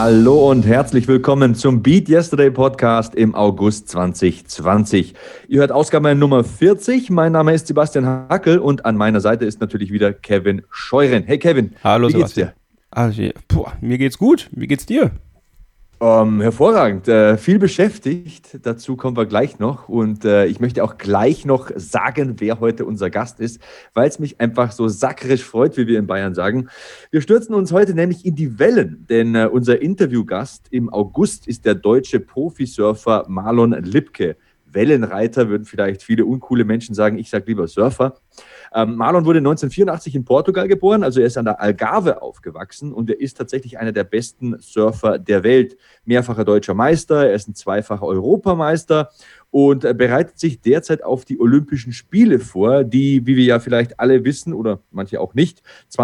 Hallo und herzlich willkommen zum Beat Yesterday Podcast im August 2020. Ihr hört Ausgabe Nummer 40. Mein Name ist Sebastian Hackel und an meiner Seite ist natürlich wieder Kevin Scheuren. Hey Kevin, hallo wie geht's Sebastian. dir? Also, mir geht's gut. Wie geht's dir? Hervorragend, viel beschäftigt, dazu kommen wir gleich noch und ich möchte auch gleich noch sagen, wer heute unser Gast ist, weil es mich einfach so sackrisch freut, wie wir in Bayern sagen. Wir stürzen uns heute nämlich in die Wellen, denn unser Interviewgast im August ist der deutsche Profisurfer Marlon Lipke. Wellenreiter würden vielleicht viele uncoole Menschen sagen, ich sage lieber Surfer. Marlon wurde 1984 in Portugal geboren, also er ist an der Algarve aufgewachsen und er ist tatsächlich einer der besten Surfer der Welt. Mehrfacher deutscher Meister, er ist ein zweifacher Europameister und bereitet sich derzeit auf die Olympischen Spiele vor, die, wie wir ja vielleicht alle wissen oder manche auch nicht,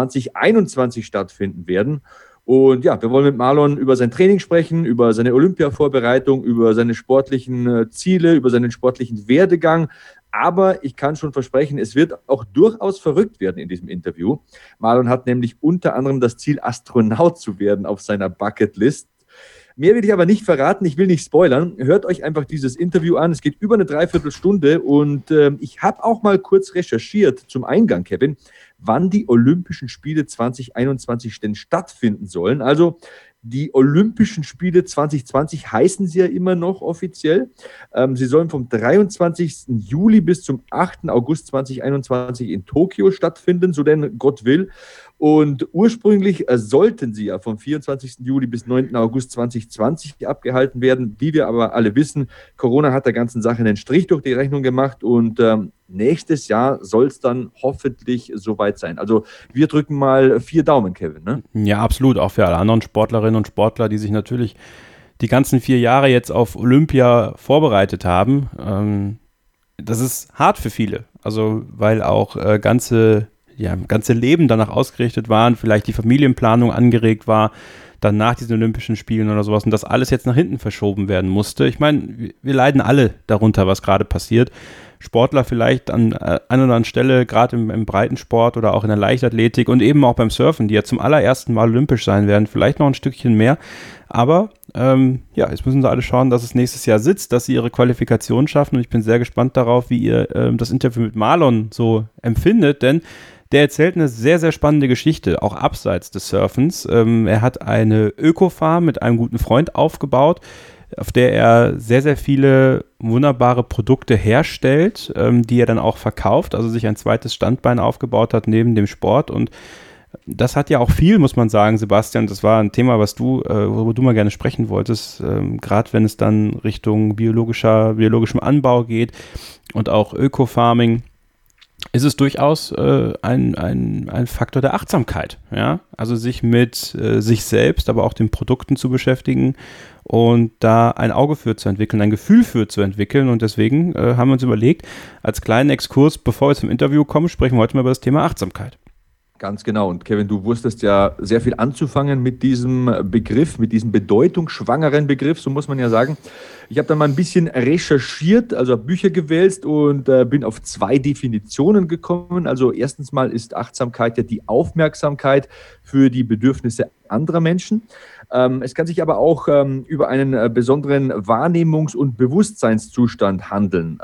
2021 stattfinden werden. Und ja, wir wollen mit Marlon über sein Training sprechen, über seine Olympia-Vorbereitung, über seine sportlichen Ziele, über seinen sportlichen Werdegang. Aber ich kann schon versprechen, es wird auch durchaus verrückt werden in diesem Interview. Marlon hat nämlich unter anderem das Ziel, Astronaut zu werden auf seiner Bucketlist. Mehr will ich aber nicht verraten, ich will nicht spoilern. Hört euch einfach dieses Interview an. Es geht über eine Dreiviertelstunde und ich habe auch mal kurz recherchiert zum Eingang, Kevin, wann die Olympischen Spiele 2021 denn stattfinden sollen. Also die Olympischen Spiele 2020 heißen sie ja immer noch offiziell. Sie sollen vom 23. Juli bis zum 8. August 2021 in Tokio stattfinden, so denn Gott will. Und ursprünglich sollten sie ja vom 24. Juli bis 9. August 2020 abgehalten werden. Wie wir aber alle wissen, Corona hat der ganzen Sache einen Strich durch die Rechnung gemacht und nächstes Jahr soll es dann hoffentlich soweit sein. Also wir drücken mal 4 Daumen, Kevin, ne? Ja, absolut. Auch für alle anderen Sportlerinnen und Sportler, die sich natürlich die ganzen 4 Jahre jetzt auf Olympia vorbereitet haben. Das ist hart für viele. Also weil auch ganze Leben danach ausgerichtet waren, vielleicht die Familienplanung angeregt war, dann nach diesen Olympischen Spielen oder sowas und das alles jetzt nach hinten verschoben werden musste. Ich meine, wir leiden alle darunter, was gerade passiert. Sportler vielleicht an einer oder anderen Stelle, gerade im Breitensport oder auch in der Leichtathletik und eben auch beim Surfen, die ja zum allerersten Mal olympisch sein werden, vielleicht noch ein Stückchen mehr. Aber jetzt müssen sie alle schauen, dass es nächstes Jahr sitzt, dass sie ihre Qualifikation schaffen und ich bin sehr gespannt darauf, wie ihr das Interview mit Marlon so empfindet, denn der erzählt eine sehr, sehr spannende Geschichte, auch abseits des Surfens. Er hat eine Ökofarm mit einem guten Freund aufgebaut, auf der er sehr, sehr viele wunderbare Produkte herstellt, die er dann auch verkauft, also sich ein zweites Standbein aufgebaut hat neben dem Sport und das hat ja auch viel, muss man sagen, Sebastian, das war ein Thema, worüber du mal gerne sprechen wolltest, gerade wenn es dann Richtung biologischem Anbau geht und auch Ökofarming. Ist es durchaus ein Faktor der Achtsamkeit, ja, also sich mit sich selbst, aber auch den Produkten zu beschäftigen und da ein Auge für zu entwickeln, ein Gefühl für zu entwickeln und deswegen haben wir uns überlegt, als kleinen Exkurs, bevor wir zum Interview kommen, sprechen wir heute mal über das Thema Achtsamkeit. Ganz genau. Und Kevin, du wusstest ja sehr viel anzufangen mit diesem Begriff, mit diesem bedeutungsschwangeren Begriff, so muss man ja sagen. Ich habe dann mal ein bisschen recherchiert, also habe Bücher gewälzt und bin auf 2 Definitionen gekommen. Also erstens mal ist Achtsamkeit ja die Aufmerksamkeit für die Bedürfnisse anderer Menschen. Es kann sich aber auch über einen besonderen Wahrnehmungs- und Bewusstseinszustand handeln.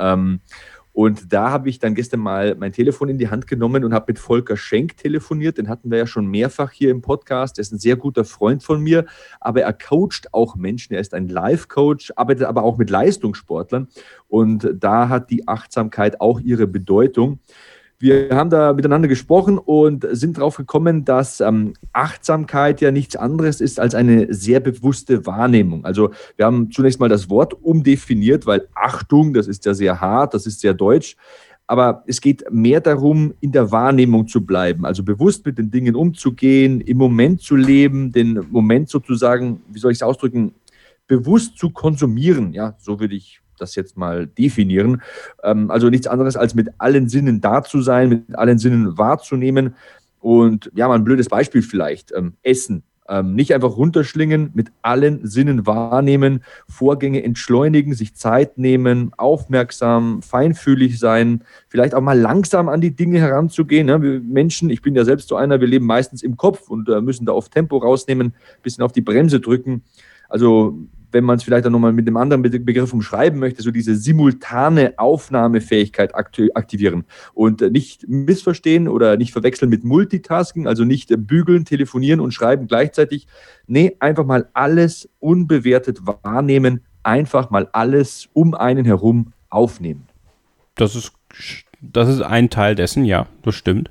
Und da habe ich dann gestern mal mein Telefon in die Hand genommen und habe mit Volker Schenk telefoniert. Den hatten wir ja schon mehrfach hier im Podcast. Er ist ein sehr guter Freund von mir, aber er coacht auch Menschen. Er ist ein Life-Coach, arbeitet aber auch mit Leistungssportlern. Und da hat die Achtsamkeit auch ihre Bedeutung. Wir haben da miteinander gesprochen und sind darauf gekommen, dass Achtsamkeit ja nichts anderes ist als eine sehr bewusste Wahrnehmung. Also wir haben zunächst mal das Wort umdefiniert, weil Achtung, das ist ja sehr hart, das ist sehr deutsch. Aber es geht mehr darum, in der Wahrnehmung zu bleiben, also bewusst mit den Dingen umzugehen, im Moment zu leben, den Moment sozusagen, wie soll ich es ausdrücken, bewusst zu konsumieren. Ja, so würde ich das jetzt mal definieren. Also nichts anderes als mit allen Sinnen da zu sein, mit allen Sinnen wahrzunehmen. Und ja, mal ein blödes Beispiel vielleicht. Essen. Nicht einfach runterschlingen, mit allen Sinnen wahrnehmen, Vorgänge entschleunigen, sich Zeit nehmen, aufmerksam, feinfühlig sein, vielleicht auch mal langsam an die Dinge heranzugehen. Ne? Wir Menschen, ich bin ja selbst so einer, wir leben meistens im Kopf und müssen da oft Tempo rausnehmen, ein bisschen auf die Bremse drücken. Also wenn man es vielleicht auch nochmal mit einem anderen Begriff umschreiben möchte, so diese simultane Aufnahmefähigkeit aktivieren und nicht missverstehen oder nicht verwechseln mit Multitasking, also nicht bügeln, telefonieren und schreiben gleichzeitig. Nee, einfach mal alles unbewertet wahrnehmen, einfach mal alles um einen herum aufnehmen. Das ist ein Teil dessen, ja, das stimmt.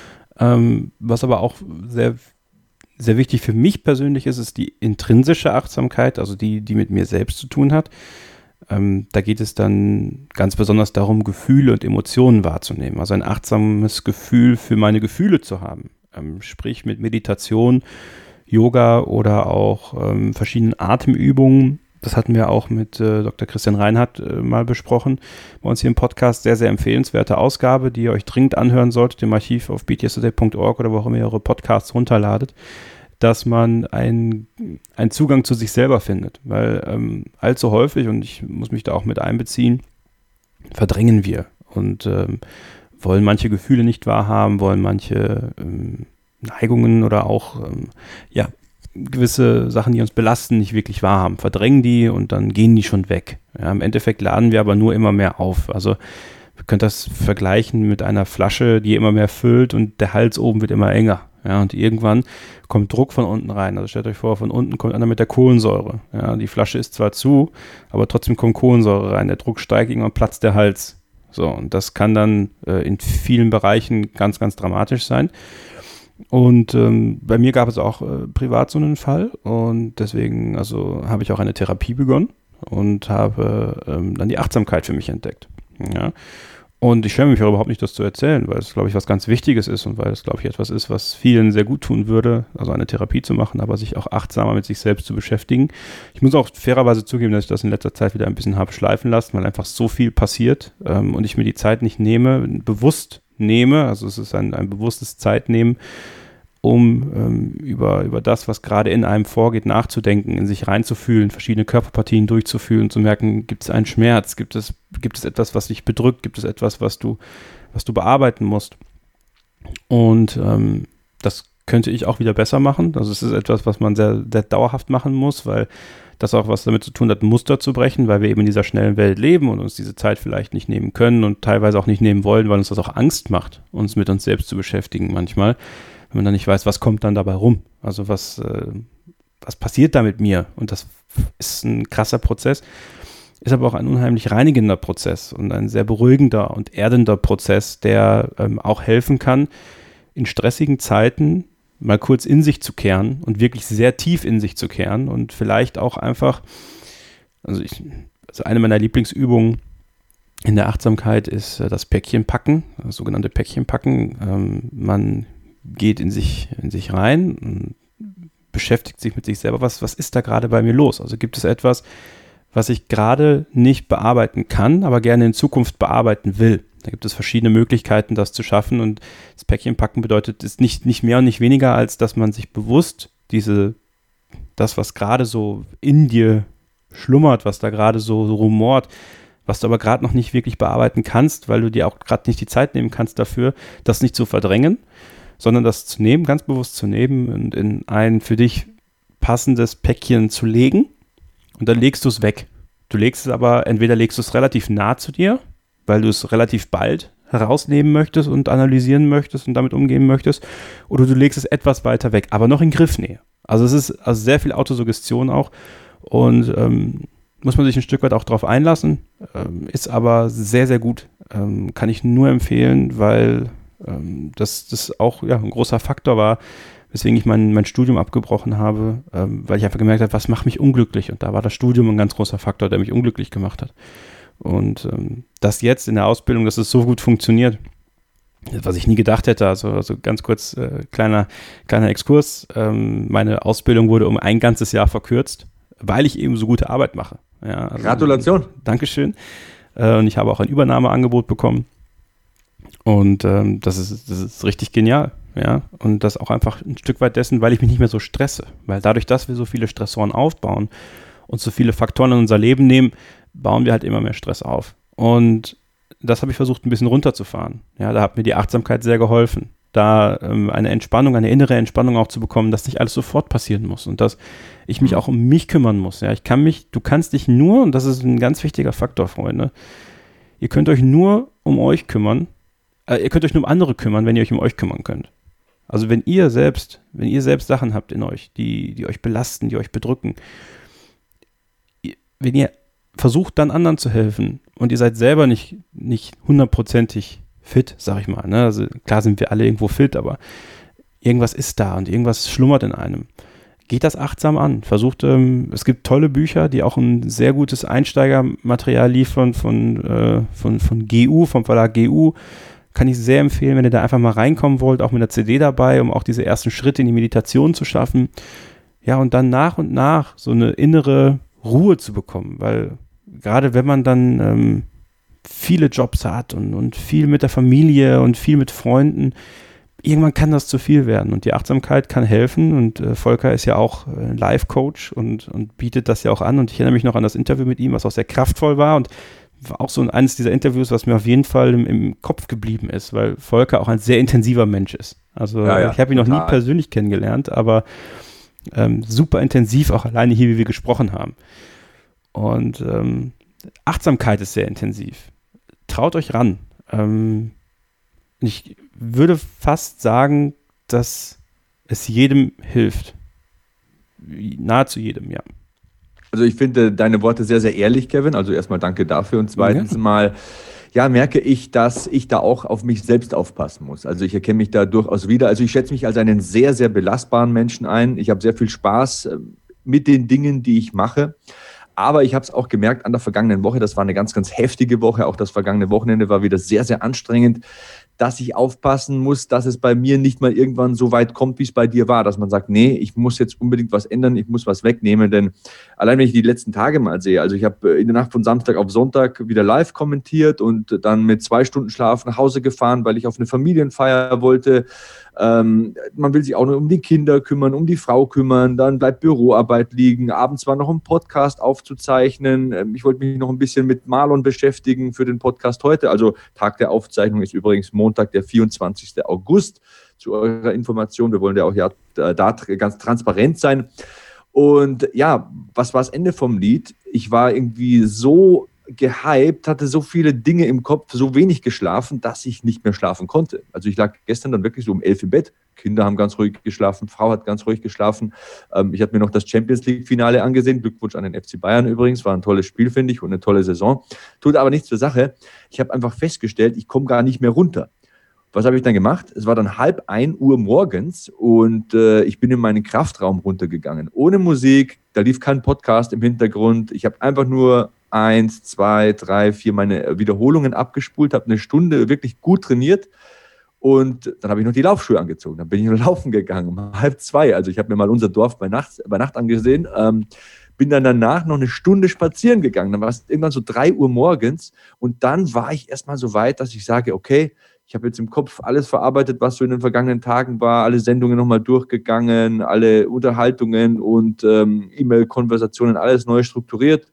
Was aber auch sehr sehr wichtig für mich persönlich ist die intrinsische Achtsamkeit, also die mit mir selbst zu tun hat. Da geht es dann ganz besonders darum, Gefühle und Emotionen wahrzunehmen, also ein achtsames Gefühl für meine Gefühle zu haben. Sprich mit Meditation, Yoga oder auch verschiedenen Atemübungen. Das hatten wir auch mit Dr. Christian Reinhardt mal besprochen bei uns hier im Podcast. Sehr, sehr empfehlenswerte Ausgabe, die ihr euch dringend anhören solltet im Archiv auf beatyesterday.org oder wo auch immer ihr eure Podcasts runterladet, dass man einen Zugang zu sich selber findet. Weil allzu häufig, und ich muss mich da auch mit einbeziehen, verdrängen wir und wollen manche Gefühle nicht wahrhaben, wollen manche Neigungen oder auch gewisse Sachen, die uns belasten, nicht wirklich wahrhaben, verdrängen die und dann gehen die schon weg. Ja, im Endeffekt laden wir aber nur immer mehr auf. Also wir können das vergleichen mit einer Flasche, die immer mehr füllt und der Hals oben wird immer enger. Ja, und irgendwann kommt Druck von unten rein. Also stellt euch vor, von unten kommt einer mit der Kohlensäure. Ja, die Flasche ist zwar zu, aber trotzdem kommt Kohlensäure rein. Der Druck steigt, irgendwann platzt der Hals. So, und das kann dann in vielen Bereichen ganz, ganz dramatisch sein. Und bei mir gab es auch privat so einen Fall und deswegen habe ich auch eine Therapie begonnen und habe dann die Achtsamkeit für mich entdeckt. Ja. Und ich schäme mich auch überhaupt nicht, das zu erzählen, weil es, glaube ich, was ganz Wichtiges ist und weil es, glaube ich, etwas ist, was vielen sehr gut tun würde, also eine Therapie zu machen, aber sich auch achtsamer mit sich selbst zu beschäftigen. Ich muss auch fairerweise zugeben, dass ich das in letzter Zeit wieder ein bisschen habe schleifen lassen, weil einfach so viel passiert und ich mir die Zeit nicht bewusst nehme, also es ist ein bewusstes Zeitnehmen, um über das, was gerade in einem vorgeht, nachzudenken, in sich reinzufühlen, verschiedene Körperpartien durchzufühlen, zu merken, gibt es einen Schmerz, gibt es etwas, was dich bedrückt, gibt es etwas, was du bearbeiten musst. Und das könnte ich auch wieder besser machen. Also es ist etwas, was man sehr, sehr dauerhaft machen muss, weil das auch was damit zu tun hat, Muster zu brechen, weil wir eben in dieser schnellen Welt leben und uns diese Zeit vielleicht nicht nehmen können und teilweise auch nicht nehmen wollen, weil uns das auch Angst macht, uns mit uns selbst zu beschäftigen manchmal. Wenn man dann nicht weiß, was kommt dann dabei rum? Also was passiert da mit mir? Und das ist ein krasser Prozess, ist aber auch ein unheimlich reinigender Prozess und ein sehr beruhigender und erdender Prozess, der auch helfen kann, in stressigen Zeiten mal kurz in sich zu kehren und wirklich sehr tief in sich zu kehren und vielleicht auch einfach, also eine meiner Lieblingsübungen in der Achtsamkeit ist das Päckchenpacken, das sogenannte Päckchenpacken. Man geht in sich rein und beschäftigt sich mit sich selber. Was ist da gerade bei mir los? Also gibt es etwas, was ich gerade nicht bearbeiten kann, aber gerne in Zukunft bearbeiten will? Da gibt es verschiedene Möglichkeiten, das zu schaffen und das Päckchenpacken bedeutet, ist nicht mehr und nicht weniger, als dass man sich bewusst das, was gerade so in dir schlummert, was da gerade so rumort, was du aber gerade noch nicht wirklich bearbeiten kannst, weil du dir auch gerade nicht die Zeit nehmen kannst dafür, das nicht zu verdrängen, sondern das zu nehmen, ganz bewusst zu nehmen und in ein für dich passendes Päckchen zu legen und dann legst du es weg. Du legst es aber, entweder legst du es relativ nah zu dir, weil du es relativ bald herausnehmen möchtest und analysieren möchtest und damit umgehen möchtest, oder du legst es etwas weiter weg, aber noch in Griffnähe. Also es ist sehr viel Autosuggestion auch und muss man sich ein Stück weit auch drauf einlassen, ist aber sehr, sehr gut. Kann ich nur empfehlen, weil das auch ein großer Faktor war, weswegen ich mein Studium abgebrochen habe, weil ich einfach gemerkt habe, was macht mich unglücklich? Und da war das Studium ein ganz großer Faktor, der mich unglücklich gemacht hat. Und das jetzt in der Ausbildung, dass es so gut funktioniert, was ich nie gedacht hätte, also ganz kurz, kleiner Exkurs, meine Ausbildung wurde um ein ganzes Jahr verkürzt, weil ich eben so gute Arbeit mache. Ja, also, Gratulation. Dankeschön. Und ich habe auch ein Übernahmeangebot bekommen. Und das ist richtig genial. ja, und das auch einfach ein Stück weit dessen, weil ich mich nicht mehr so stresse, weil dadurch, dass wir so viele Stressoren aufbauen und so viele Faktoren in unser Leben nehmen, bauen wir halt immer mehr Stress auf. Und das habe ich versucht, ein bisschen runterzufahren. Ja, da hat mir die Achtsamkeit sehr geholfen, da eine Entspannung, eine innere Entspannung auch zu bekommen, dass nicht alles sofort passieren muss und dass ich mich auch um mich kümmern muss. Ja, du kannst dich nur, und das ist ein ganz wichtiger Faktor, Freunde, ihr könnt euch nur um euch kümmern, ihr könnt euch nur um andere kümmern, wenn ihr euch um euch kümmern könnt. Also wenn ihr selbst Sachen habt in euch, die euch belasten, die euch bedrücken, wenn ihr versucht dann anderen zu helfen und ihr seid selber nicht hundertprozentig fit, sag ich mal, ne? Also klar sind wir alle irgendwo fit, aber irgendwas ist da und irgendwas schlummert in einem. Geht das achtsam an. Versucht, es gibt tolle Bücher, die auch ein sehr gutes Einsteigermaterial liefern von GU, vom Verlag GU. Kann ich sehr empfehlen, wenn ihr da einfach mal reinkommen wollt, auch mit einer CD dabei, um auch diese ersten Schritte in die Meditation zu schaffen. Ja, und dann nach und nach so eine innere Ruhe zu bekommen, weil gerade wenn man dann viele Jobs hat und viel mit der Familie und viel mit Freunden, irgendwann kann das zu viel werden und die Achtsamkeit kann helfen und Volker ist ja auch Life-Coach und bietet das ja auch an und ich erinnere mich noch an das Interview mit ihm, was auch sehr kraftvoll war und war auch so eines dieser Interviews, was mir auf jeden Fall im Kopf geblieben ist, weil Volker auch ein sehr intensiver Mensch ist. Also ich habe ihn noch nie persönlich kennengelernt, aber super intensiv, auch alleine hier, wie wir gesprochen haben. Und Achtsamkeit ist sehr intensiv. Traut euch ran. Ich würde fast sagen, dass es jedem hilft. Nahezu jedem, ja. Also ich finde deine Worte sehr, sehr ehrlich, Kevin. Also erstmal danke dafür. Und zweitens mal, ja, merke ich, dass ich da auch auf mich selbst aufpassen muss. Also ich erkenne mich da durchaus wieder. Also ich schätze mich als einen sehr, sehr belastbaren Menschen ein. Ich habe sehr viel Spaß mit den Dingen, die ich mache. Aber ich habe es auch gemerkt an der vergangenen Woche, das war eine ganz, ganz heftige Woche. Auch das vergangene Wochenende war wieder sehr, sehr anstrengend, dass ich aufpassen muss, dass es bei mir nicht mal irgendwann so weit kommt, wie es bei dir war, dass man sagt, nee, ich muss jetzt unbedingt was ändern, ich muss was wegnehmen, denn allein wenn ich die letzten Tage mal sehe, also ich habe in der Nacht von Samstag auf Sonntag wieder live kommentiert und dann mit 2 Stunden Schlaf nach Hause gefahren, weil ich auf eine Familienfeier wollte. Man will sich auch noch um die Kinder kümmern, um die Frau kümmern, dann bleibt Büroarbeit liegen, abends war noch ein Podcast aufzuzeichnen. Ich wollte mich noch ein bisschen mit Marlon beschäftigen für den Podcast heute. Also Tag der Aufzeichnung ist übrigens Montag, der 24. August. Zu eurer Information, wir wollen ja auch da ganz transparent sein. Und ja, was war das Ende vom Lied? Ich war irgendwie so gehypt, hatte so viele Dinge im Kopf, so wenig geschlafen, dass ich nicht mehr schlafen konnte. Also ich lag gestern dann wirklich so um 11 im Bett. Kinder haben ganz ruhig geschlafen, Frau hat ganz ruhig geschlafen. Ich habe mir noch das Champions-League-Finale angesehen. Glückwunsch an den FC Bayern übrigens. War ein tolles Spiel, finde ich, und eine tolle Saison. Tut aber nichts zur Sache. Ich habe einfach festgestellt, ich komme gar nicht mehr runter. Was habe ich dann gemacht? Es war dann 12:30 morgens und ich bin in meinen Kraftraum runtergegangen. Ohne Musik, da lief kein Podcast im Hintergrund. Ich habe einfach nur 1, 2, 3, 4 meine Wiederholungen abgespult, habe eine Stunde wirklich gut trainiert und dann habe ich noch die Laufschuhe angezogen. Dann bin ich noch laufen gegangen um 1:30. Also ich habe mir mal unser Dorf bei Nacht angesehen, bin dann danach noch eine Stunde spazieren gegangen. Dann war es irgendwann so 3 Uhr morgens und dann war ich erstmal so weit, dass ich sage, okay, ich habe jetzt im Kopf alles verarbeitet, was so in den vergangenen Tagen war, alle Sendungen nochmal durchgegangen, alle Unterhaltungen und E-Mail-Konversationen, alles neu strukturiert.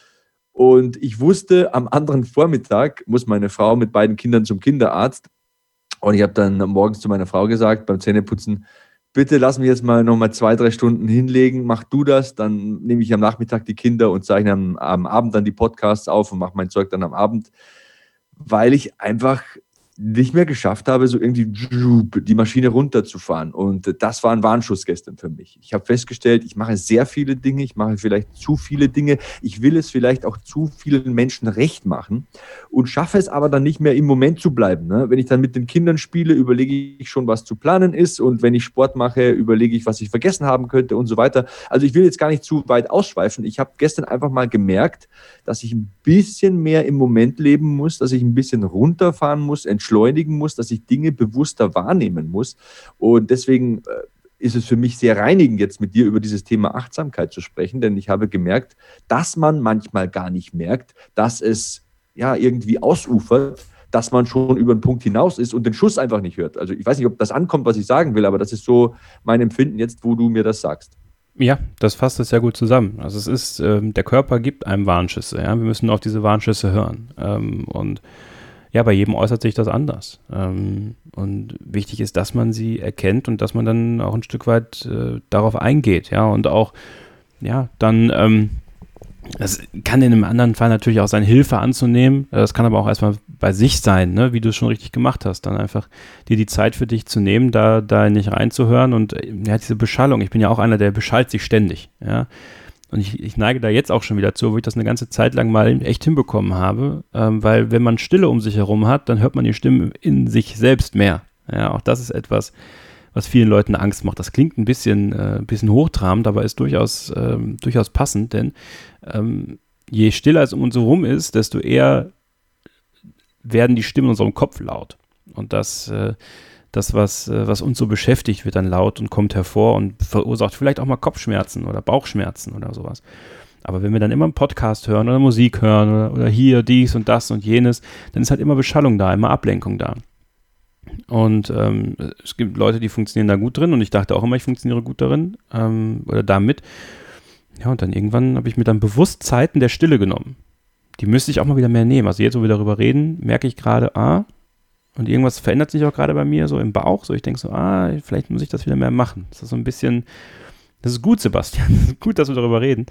Und ich wusste, am anderen Vormittag muss meine Frau mit beiden Kindern zum Kinderarzt. Und ich habe dann morgens zu meiner Frau gesagt, beim Zähneputzen, bitte lass mich jetzt mal nochmal 2, 3 Stunden hinlegen, mach du das, dann nehme ich am Nachmittag die Kinder und zeichne am Abend dann die Podcasts auf und mache mein Zeug dann am Abend, weil ich einfach nicht mehr geschafft habe, so irgendwie die Maschine runterzufahren. Und das war ein Warnschuss gestern für mich. Ich habe festgestellt, ich mache sehr viele Dinge, ich mache vielleicht zu viele Dinge, ich will es vielleicht auch zu vielen Menschen recht machen und schaffe es aber dann nicht mehr im Moment zu bleiben. Ne? Wenn ich dann mit den Kindern spiele, überlege ich schon, was zu planen ist und wenn ich Sport mache, überlege ich, was ich vergessen haben könnte und so weiter. Also ich will jetzt gar nicht zu weit ausschweifen. Ich habe gestern einfach mal gemerkt, dass ich ein bisschen mehr im Moment leben muss, dass ich ein bisschen runterfahren muss, entschleunigen muss, dass ich Dinge bewusster wahrnehmen muss. Und deswegen ist es für mich sehr reinigend, jetzt mit dir über dieses Thema Achtsamkeit zu sprechen, denn ich habe gemerkt, dass man manchmal gar nicht merkt, dass es ja irgendwie ausufert, dass man schon über den Punkt hinaus ist und den Schuss einfach nicht hört. Also ich weiß nicht, ob das ankommt, was ich sagen will, aber das ist so mein Empfinden jetzt, wo du mir das sagst. Ja, das fasst es ja gut zusammen. Also es ist, der Körper gibt einem Warnschüsse, ja, wir müssen auf diese Warnschüsse hören. Und ja, bei jedem äußert sich das anders. Und wichtig ist, dass man sie erkennt und dass man dann auch ein Stück weit darauf eingeht, ja, und auch, ja, dann, das kann in einem anderen Fall natürlich auch sein, Hilfe anzunehmen. Das kann aber auch erstmal bei sich sein, ne, wie du es schon richtig gemacht hast. Dann einfach dir die Zeit für dich zu nehmen, da nicht reinzuhören. Und ja, diese Beschallung, ich bin ja auch einer, der beschallt sich ständig, ja. Und ich neige da jetzt auch schon wieder zu, wo ich das eine ganze Zeit lang mal echt hinbekommen habe, weil wenn man Stille um sich herum hat, dann hört man die Stimmen in sich selbst mehr. Ja, auch das ist etwas, was vielen Leuten Angst macht. Das klingt ein bisschen hochtrabend, aber ist durchaus passend, denn je stiller es um uns herum ist, desto eher werden die Stimmen in unserem Kopf laut. Und das, was uns so beschäftigt, wird dann laut und kommt hervor und verursacht vielleicht auch mal Kopfschmerzen oder Bauchschmerzen oder sowas. Aber wenn wir dann immer einen Podcast hören oder Musik hören oder hier dies und das und jenes, dann ist halt immer Beschallung da, immer Ablenkung da. Und es gibt Leute, die funktionieren da gut drin und ich dachte auch immer, ich funktioniere gut darin oder damit. Ja, und dann irgendwann habe ich mir dann bewusst Zeiten der Stille genommen. Die müsste ich auch mal wieder mehr nehmen. Also jetzt, wo wir darüber reden, merke ich gerade, und irgendwas verändert sich auch gerade bei mir so im Bauch. So, ich denke so, vielleicht muss ich das wieder mehr machen. Das ist so ein bisschen, das ist gut, Sebastian. Das ist gut, dass wir darüber reden.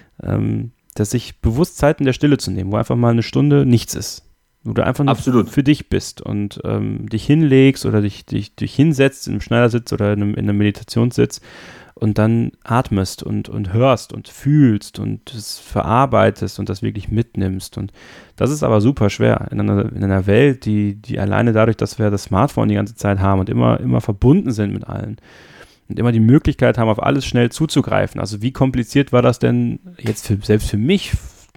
Dass sich bewusst Zeiten der Stille zu nehmen, wo einfach mal eine Stunde nichts ist. Wo du einfach nur für dich bist und dich hinlegst oder dich hinsetzt in einem Schneidersitz oder in einem Meditationssitz und dann atmest und hörst und fühlst und es verarbeitest und das wirklich mitnimmst. Und das ist aber super schwer in einer Welt, die alleine dadurch, dass wir das Smartphone die ganze Zeit haben und immer verbunden sind mit allen und immer die Möglichkeit haben, auf alles schnell zuzugreifen. Also wie kompliziert war das denn jetzt selbst für mich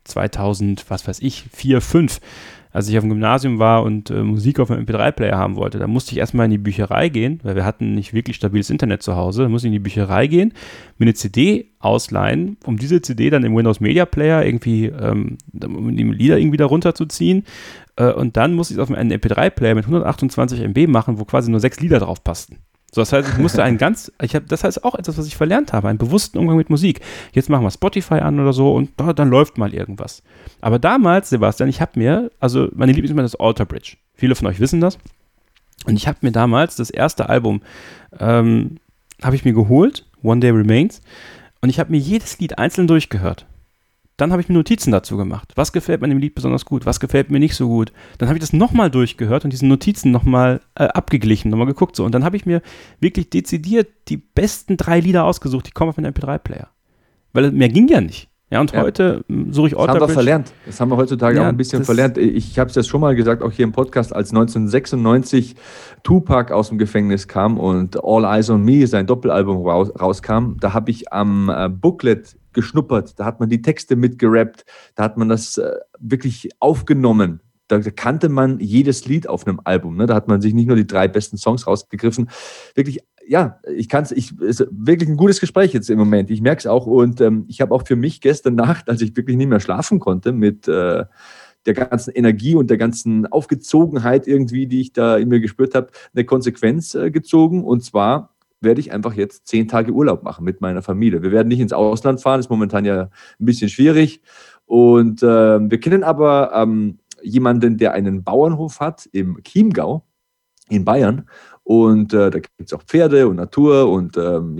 2000, was weiß ich, 4, 5, als ich auf dem Gymnasium war und Musik auf einem MP3-Player haben wollte, da musste ich erstmal in die Bücherei gehen, weil wir hatten nicht wirklich stabiles Internet zu Hause. Da musste ich in die Bücherei gehen, mir eine CD ausleihen, um diese CD dann im Windows Media Player irgendwie, um die Lieder irgendwie da runterzuziehen. Und dann musste ich es auf einem MP3-Player mit 128 MB machen, wo quasi nur 6 Lieder drauf passten. So, das heißt, ich musste das heißt auch etwas, was ich verlernt habe, einen bewussten Umgang mit Musik. Jetzt machen wir Spotify an oder so und dann läuft mal irgendwas. Aber damals, Sebastian, also meine Lieblingsband ist Alter Bridge. Viele von euch wissen das. Und ich habe mir damals das erste Album, habe ich mir geholt, One Day Remains, und ich habe mir jedes Lied einzeln durchgehört. Dann habe ich mir Notizen dazu gemacht. Was gefällt mir an dem Lied besonders gut? Was gefällt mir nicht so gut? Dann habe ich das nochmal durchgehört und diese Notizen nochmal abgeglichen, nochmal geguckt. So. Und dann habe ich mir wirklich dezidiert die besten 3 Lieder ausgesucht, die kommen auf einen MP3-Player. Weil mehr ging ja nicht. Ja, und heute suche ich Alter Bridge. Das haben wir verlernt. Das haben wir heutzutage auch ein bisschen verlernt. Ich habe es ja schon mal gesagt, auch hier im Podcast, als 1996 Tupac aus dem Gefängnis kam und All Eyes on Me, sein Doppelalbum rauskam, da habe ich am Booklet geschnuppert, da hat man die Texte mitgerappt, da hat man das wirklich aufgenommen. Da kannte man jedes Lied auf einem Album. Ne? Da hat man sich nicht nur die 3 besten Songs rausgegriffen. Wirklich, ja, ist wirklich ein gutes Gespräch jetzt im Moment. Ich merke es auch und ich habe auch für mich gestern Nacht, als ich wirklich nicht mehr schlafen konnte mit der ganzen Energie und der ganzen Aufgezogenheit irgendwie, die ich da in mir gespürt habe, eine Konsequenz gezogen und zwar werde ich einfach jetzt 10 Tage Urlaub machen mit meiner Familie. Wir werden nicht ins Ausland fahren, ist momentan ja ein bisschen schwierig. Und wir kennen aber jemanden, der einen Bauernhof hat im Chiemgau in Bayern. Und da gibt es auch Pferde und Natur und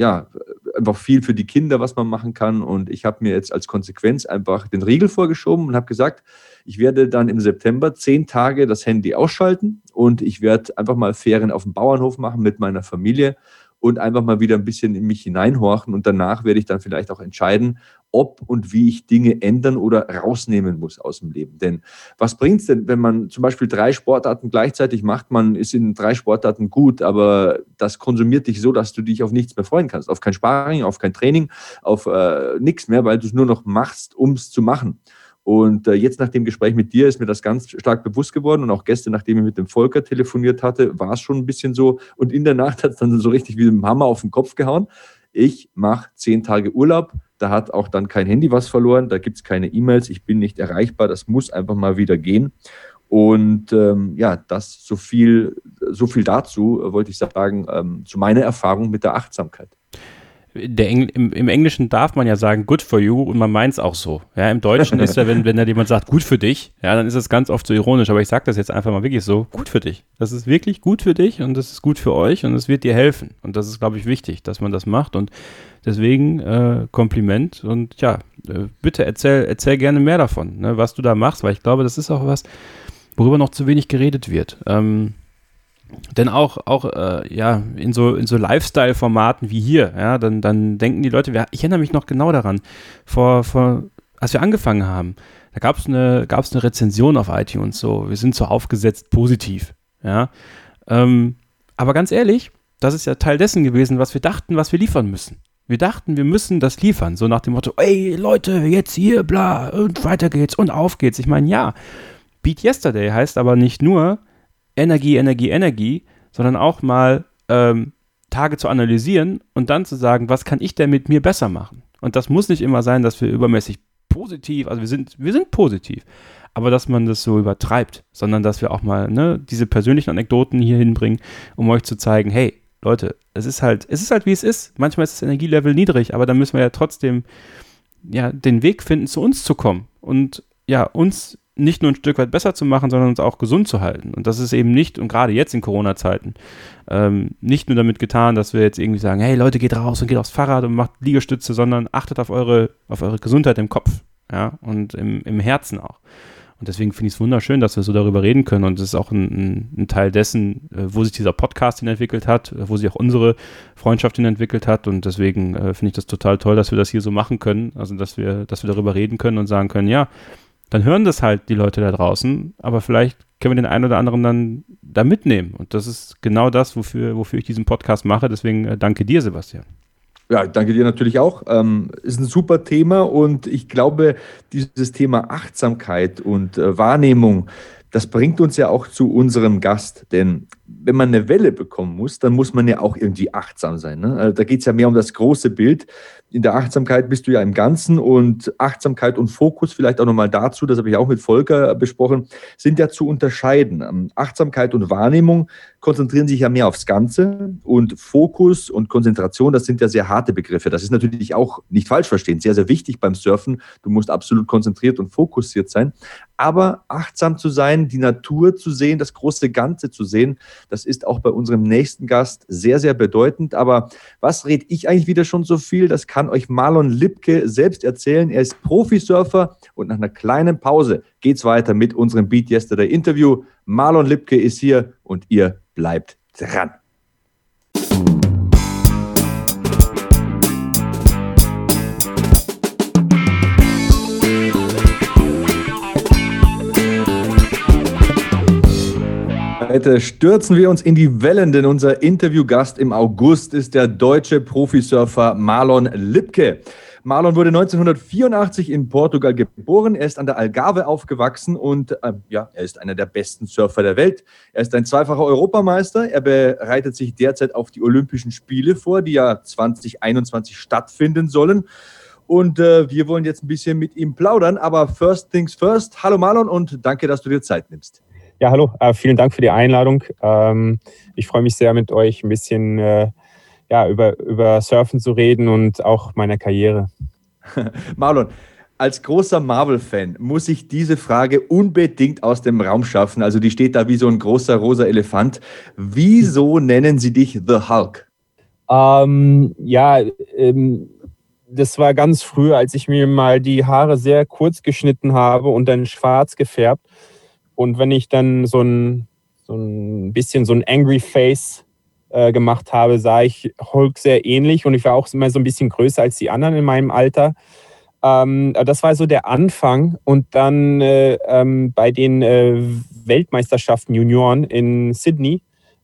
einfach viel für die Kinder, was man machen kann. Und ich habe mir jetzt als Konsequenz einfach den Riegel vorgeschoben und habe gesagt, ich werde dann im September 10 Tage das Handy ausschalten und ich werde einfach mal Ferien auf dem Bauernhof machen mit meiner Familie und einfach mal wieder ein bisschen in mich hineinhorchen und danach werde ich dann vielleicht auch entscheiden, ob und wie ich Dinge ändern oder rausnehmen muss aus dem Leben. Denn was bringt es denn, wenn man zum Beispiel 3 Sportarten gleichzeitig macht, man ist in 3 Sportarten gut, aber das konsumiert dich so, dass du dich auf nichts mehr freuen kannst, auf kein Sparring, auf kein Training, auf nichts mehr, weil du es nur noch machst, um es zu machen. Und jetzt nach dem Gespräch mit dir ist mir das ganz stark bewusst geworden und auch gestern, nachdem ich mit dem Volker telefoniert hatte, war es schon ein bisschen so und in der Nacht hat es dann so richtig wie mit dem Hammer auf den Kopf gehauen. Ich mache 10 Tage Urlaub, da hat auch dann kein Handy was verloren, da gibt es keine E-Mails, ich bin nicht erreichbar, das muss einfach mal wieder gehen. Und das so viel dazu, wollte ich sagen, zu meiner Erfahrung mit der Achtsamkeit. Im Englischen darf man ja sagen, good for you, und man meint es auch so. Ja, im Deutschen ist ja, wenn da jemand sagt, gut für dich, ja, dann ist es ganz oft so ironisch, aber ich sage das jetzt einfach mal wirklich so, gut für dich. Das ist wirklich gut für dich und das ist gut für euch und es wird dir helfen. Und das ist, glaube ich, wichtig, dass man das macht, und deswegen Kompliment, und ja, bitte erzähl gerne mehr davon, ne, was du da machst, weil ich glaube, das ist auch was, worüber noch zu wenig geredet wird. Denn auch in so Lifestyle-Formaten wie hier, ja, dann denken die Leute, ich erinnere mich noch genau daran, als wir angefangen haben, da gab es eine Rezension auf iTunes, so, wir sind so aufgesetzt positiv, ja, aber ganz ehrlich, das ist ja Teil dessen gewesen, was wir dachten, was wir liefern müssen. Wir dachten, wir müssen das liefern, so nach dem Motto, ey Leute, jetzt hier, bla, und weiter geht's und auf geht's. Ich meine, ja, Beat Yesterday heißt aber nicht nur Energie, sondern auch mal Tage zu analysieren und dann zu sagen, was kann ich denn mit mir besser machen? Und das muss nicht immer sein, dass wir übermäßig positiv, also wir sind positiv, aber dass man das so übertreibt, sondern dass wir auch mal diese persönlichen Anekdoten hier hinbringen, um euch zu zeigen, hey Leute, es ist halt wie es ist. Manchmal ist das Energielevel niedrig, aber dann müssen wir ja trotzdem den Weg finden, zu uns zu kommen und uns nicht nur ein Stück weit besser zu machen, sondern uns auch gesund zu halten. Und das ist eben nicht, und gerade jetzt in Corona-Zeiten, nicht nur damit getan, dass wir jetzt irgendwie sagen, hey Leute, geht raus und geht aufs Fahrrad und macht Liegestütze, sondern achtet auf eure Gesundheit im Kopf, ja, und im Herzen auch. Und deswegen finde ich es wunderschön, dass wir so darüber reden können, und das ist auch ein Teil dessen, wo sich dieser Podcast hin entwickelt hat, wo sich auch unsere Freundschaft hin entwickelt hat, und deswegen finde ich das total toll, dass wir das hier so machen können, also dass wir darüber reden können und sagen können, ja, dann hören das halt die Leute da draußen, aber vielleicht können wir den einen oder anderen dann da mitnehmen. Und das ist genau das, wofür ich diesen Podcast mache. Deswegen danke dir, Sebastian. Ja, danke dir natürlich auch. Ist ein super Thema, und ich glaube, dieses Thema Achtsamkeit und Wahrnehmung, das bringt uns ja auch zu unserem Gast. Denn wenn man eine Welle bekommen muss, dann muss man ja auch irgendwie achtsam sein, ne? Also da geht es ja mehr um das große Bild. In der Achtsamkeit bist du ja im Ganzen, und Achtsamkeit und Fokus, vielleicht auch nochmal dazu, das habe ich auch mit Volker besprochen, sind ja zu unterscheiden. Achtsamkeit und Wahrnehmung konzentrieren sich ja mehr aufs Ganze, und Fokus und Konzentration, das sind ja sehr harte Begriffe. Das ist natürlich auch, nicht falsch verstehen, sehr, sehr wichtig beim Surfen. Du musst absolut konzentriert und fokussiert sein. Aber achtsam zu sein, die Natur zu sehen, das große Ganze zu sehen, das ist auch bei unserem nächsten Gast sehr, sehr bedeutend. Aber was rede ich eigentlich wieder schon so viel? Das kann euch Marlon Lipke selbst erzählen. Er ist Profisurfer, und nach einer kleinen Pause geht es weiter mit unserem Beat Yesterday Interview. Marlon Lipke ist hier, und ihr bleibt dran. Heute stürzen wir uns in die Wellen, denn unser Interviewgast im August ist der deutsche Profisurfer Marlon Lipke. Marlon wurde 1984 in Portugal geboren. Er ist an der Algarve aufgewachsen, und er ist einer der besten Surfer der Welt. Er ist ein zweifacher Europameister. Er bereitet sich derzeit auf die Olympischen Spiele vor, die ja 2021 stattfinden sollen. Und wir wollen jetzt ein bisschen mit ihm plaudern. Aber first things first. Hallo Marlon, und danke, dass du dir Zeit nimmst. Ja, hallo. Vielen Dank für die Einladung. Ich freue mich sehr, mit euch ein bisschen über Surfen zu reden und auch meine Karriere. Marlon, als großer Marvel-Fan muss ich diese Frage unbedingt aus dem Raum schaffen. Also die steht da wie so ein großer rosa Elefant. Wieso nennen sie dich The Hulk? Das war ganz früh, als ich mir mal die Haare sehr kurz geschnitten habe und dann schwarz gefärbt. Und wenn ich dann so ein bisschen so ein Angry Face gemacht habe, sah ich Hulk sehr ähnlich, und ich war auch immer so ein bisschen größer als die anderen in meinem Alter. Das war so der Anfang, und dann bei den Weltmeisterschaften Junioren in Sydney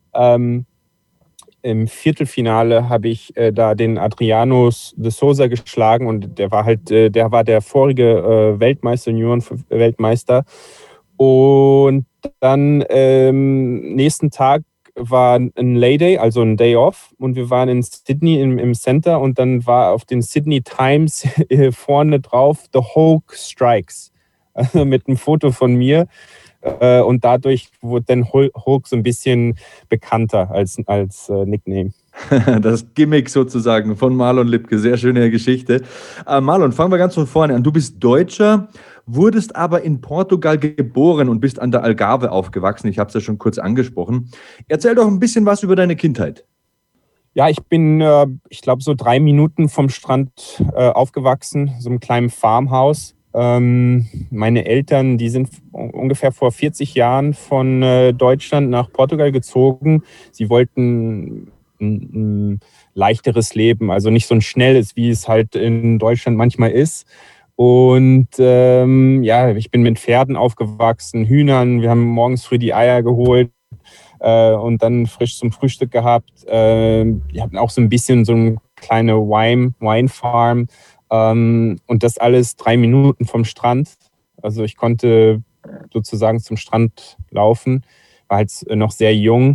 im Viertelfinale habe ich da den Adriano de Souza geschlagen, und der war der vorige Junioren-Weltmeister. Und dann nächsten Tag war ein Lay-Day, also ein Day Off, und wir waren in Sydney im Center, und dann war auf den Sydney Times vorne drauf The Hulk Strikes mit einem Foto von mir. Und dadurch wurde dann Hulk so ein bisschen bekannter als Nickname. Das Gimmick sozusagen von Marlon Lipke, sehr schöne Geschichte. Marlon, fangen wir ganz von vorne an. Du bist Deutscher, wurdest aber in Portugal geboren und bist an der Algarve aufgewachsen. Ich habe es ja schon kurz angesprochen. Erzähl doch ein bisschen was über deine Kindheit. Ja, ich bin, ich glaube, so 3 Minuten vom Strand aufgewachsen, so einem kleinen Farmhaus. Meine Eltern, die sind ungefähr vor 40 Jahren von Deutschland nach Portugal gezogen. Sie wollten ein leichteres Leben, also nicht so ein schnelles, wie es halt in Deutschland manchmal ist. Und ich bin mit Pferden aufgewachsen, Hühnern. Wir haben morgens früh die Eier geholt und dann frisch zum Frühstück gehabt. Wir hatten auch so ein bisschen so eine kleine Wine-Farm. Und das alles 3 Minuten vom Strand. Also ich konnte sozusagen zum Strand laufen, war halt noch sehr jung.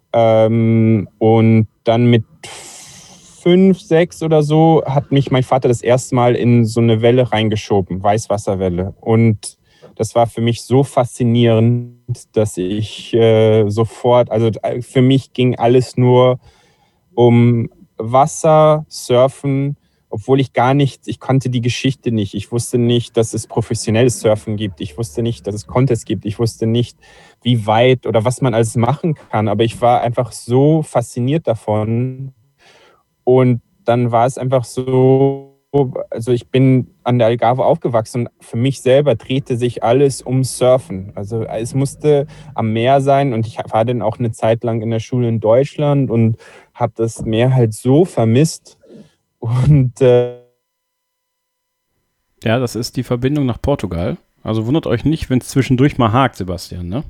Und dann mit 5, 6 oder so hat mich mein Vater das erste Mal in so eine Welle reingeschoben, Weißwasserwelle. Und das war für mich so faszinierend, dass ich sofort, also für mich ging alles nur um Wasser, Surfen, obwohl ich konnte die Geschichte nicht. Ich wusste nicht, dass es professionelles Surfen gibt. Ich wusste nicht, dass es Contests gibt. Ich wusste nicht, wie weit oder was man alles machen kann. Aber ich war einfach so fasziniert davon. Und dann war es einfach so, also ich bin an der Algarve aufgewachsen und für mich selber drehte sich alles um Surfen. Also es musste am Meer sein und ich war dann auch eine Zeit lang in der Schule in Deutschland und habe das Meer halt so vermisst. Und ja, das ist die Verbindung nach Portugal. Also wundert euch nicht, wenn es zwischendurch mal hakt, Sebastian, ne?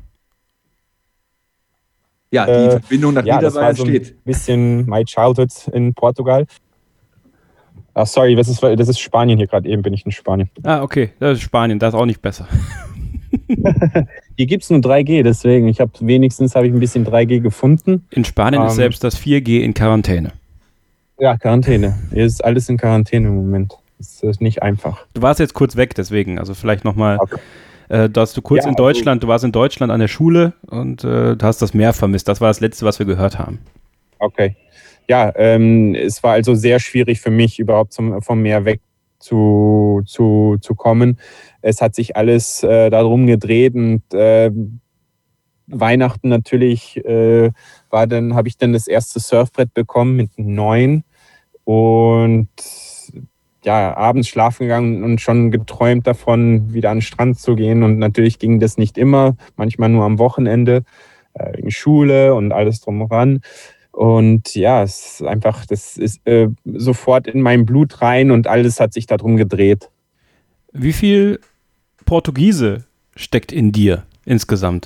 Ja, die Verbindung nach Niederbayern das war so steht. Ein bisschen my childhood in Portugal. Sorry, das ist Spanien hier gerade eben, bin ich in Spanien. Okay, das ist Spanien, das ist auch nicht besser. Hier gibt es nur 3G, deswegen, wenigstens habe ich ein bisschen 3G gefunden. In Spanien ist selbst das 4G in Quarantäne. Ja, Quarantäne. Hier ist alles in Quarantäne im Moment. Das ist nicht einfach. Du warst jetzt kurz weg, deswegen, also vielleicht nochmal, okay. Dass du kurz in Deutschland, du warst in Deutschland an der Schule und du hast das Meer vermisst. Das war das Letzte, was wir gehört haben. Okay. Ja, es war also sehr schwierig für mich, überhaupt vom Meer weg zu kommen. Es hat sich alles darum gedreht und Weihnachten natürlich habe ich dann das erste Surfbrett bekommen mit 9 und ja, abends schlafen gegangen und schon geträumt davon, wieder an den Strand zu gehen. Und natürlich ging das nicht immer, manchmal nur am Wochenende, wegen Schule und alles drum und dran. Und ja, es ist einfach, das ist sofort in mein Blut rein und alles hat sich darum gedreht. Wie viel Portugiese steckt in dir insgesamt?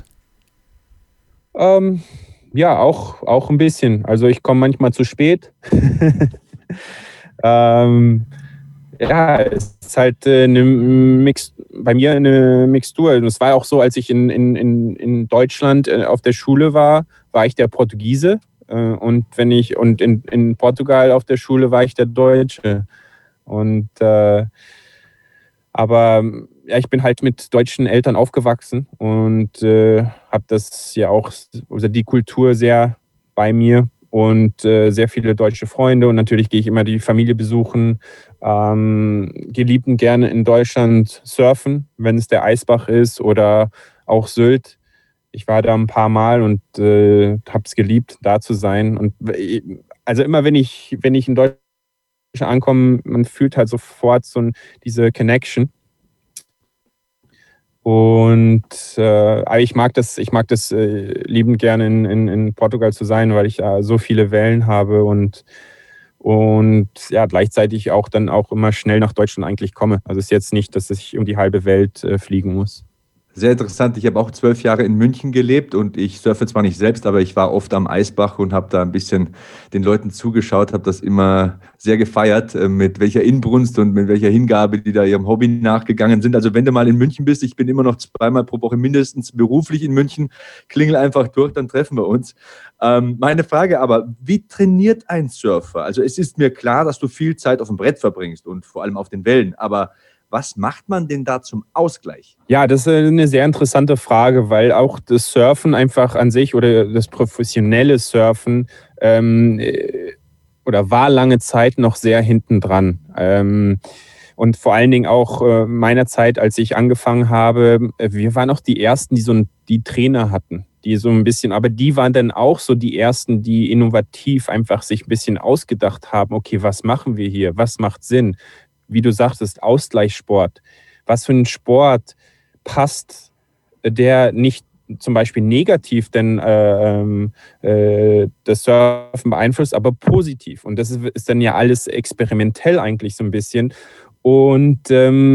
Ja, auch ein bisschen. Also ich komme manchmal zu spät. Ja, es ist halt bei mir eine Mixtur. Es war auch so, als ich in Deutschland auf der Schule war ich der Portugiese. Und in Portugal auf der Schule war ich der Deutsche. Und aber ja, ich bin halt mit deutschen Eltern aufgewachsen und habe das ja auch, also die Kultur sehr bei mir und sehr viele deutsche Freunde und natürlich gehe ich immer die Familie besuchen. Geliebten gerne in Deutschland surfen, wenn es der Eisbach ist oder auch Sylt. Ich war da ein paar Mal und habe es geliebt, da zu sein. Und also immer, wenn ich in Deutschland ankomme, man fühlt halt sofort diese Connection. Und aber ich mag das liebend gerne in Portugal zu sein, weil ich so viele Wellen habe und ja, gleichzeitig auch dann auch immer schnell nach Deutschland eigentlich komme. Also es ist jetzt nicht, dass ich um die halbe Welt fliegen muss. Sehr interessant. Ich habe auch 12 Jahre in München gelebt und ich surfe zwar nicht selbst, aber ich war oft am Eisbach und habe da ein bisschen den Leuten zugeschaut, habe das immer sehr gefeiert, mit welcher Inbrunst und mit welcher Hingabe die da ihrem Hobby nachgegangen sind. Also wenn du mal in München bist, ich bin immer noch 2-mal pro Woche mindestens beruflich in München, klingel einfach durch, dann treffen wir uns. Meine Frage aber, wie trainiert ein Surfer? Also es ist mir klar, dass du viel Zeit auf dem Brett verbringst und vor allem auf den Wellen, aber Was macht man denn da zum Ausgleich? Ja, das ist eine sehr interessante Frage, weil auch das Surfen einfach an sich oder das professionelle Surfen oder war lange Zeit noch sehr hinten dran. Und vor allen Dingen auch meiner Zeit, als ich angefangen habe, wir waren auch die Ersten, die Trainer hatten, die so ein bisschen, aber die waren dann auch so die Ersten, die innovativ einfach sich ein bisschen ausgedacht haben, okay, was machen wir hier? Was macht Sinn? Wie du sagtest, Ausgleichssport. Was für ein Sport passt, der nicht zum Beispiel negativ denn das Surfen beeinflusst, aber positiv. Und das ist dann ja alles experimentell eigentlich so ein bisschen. Und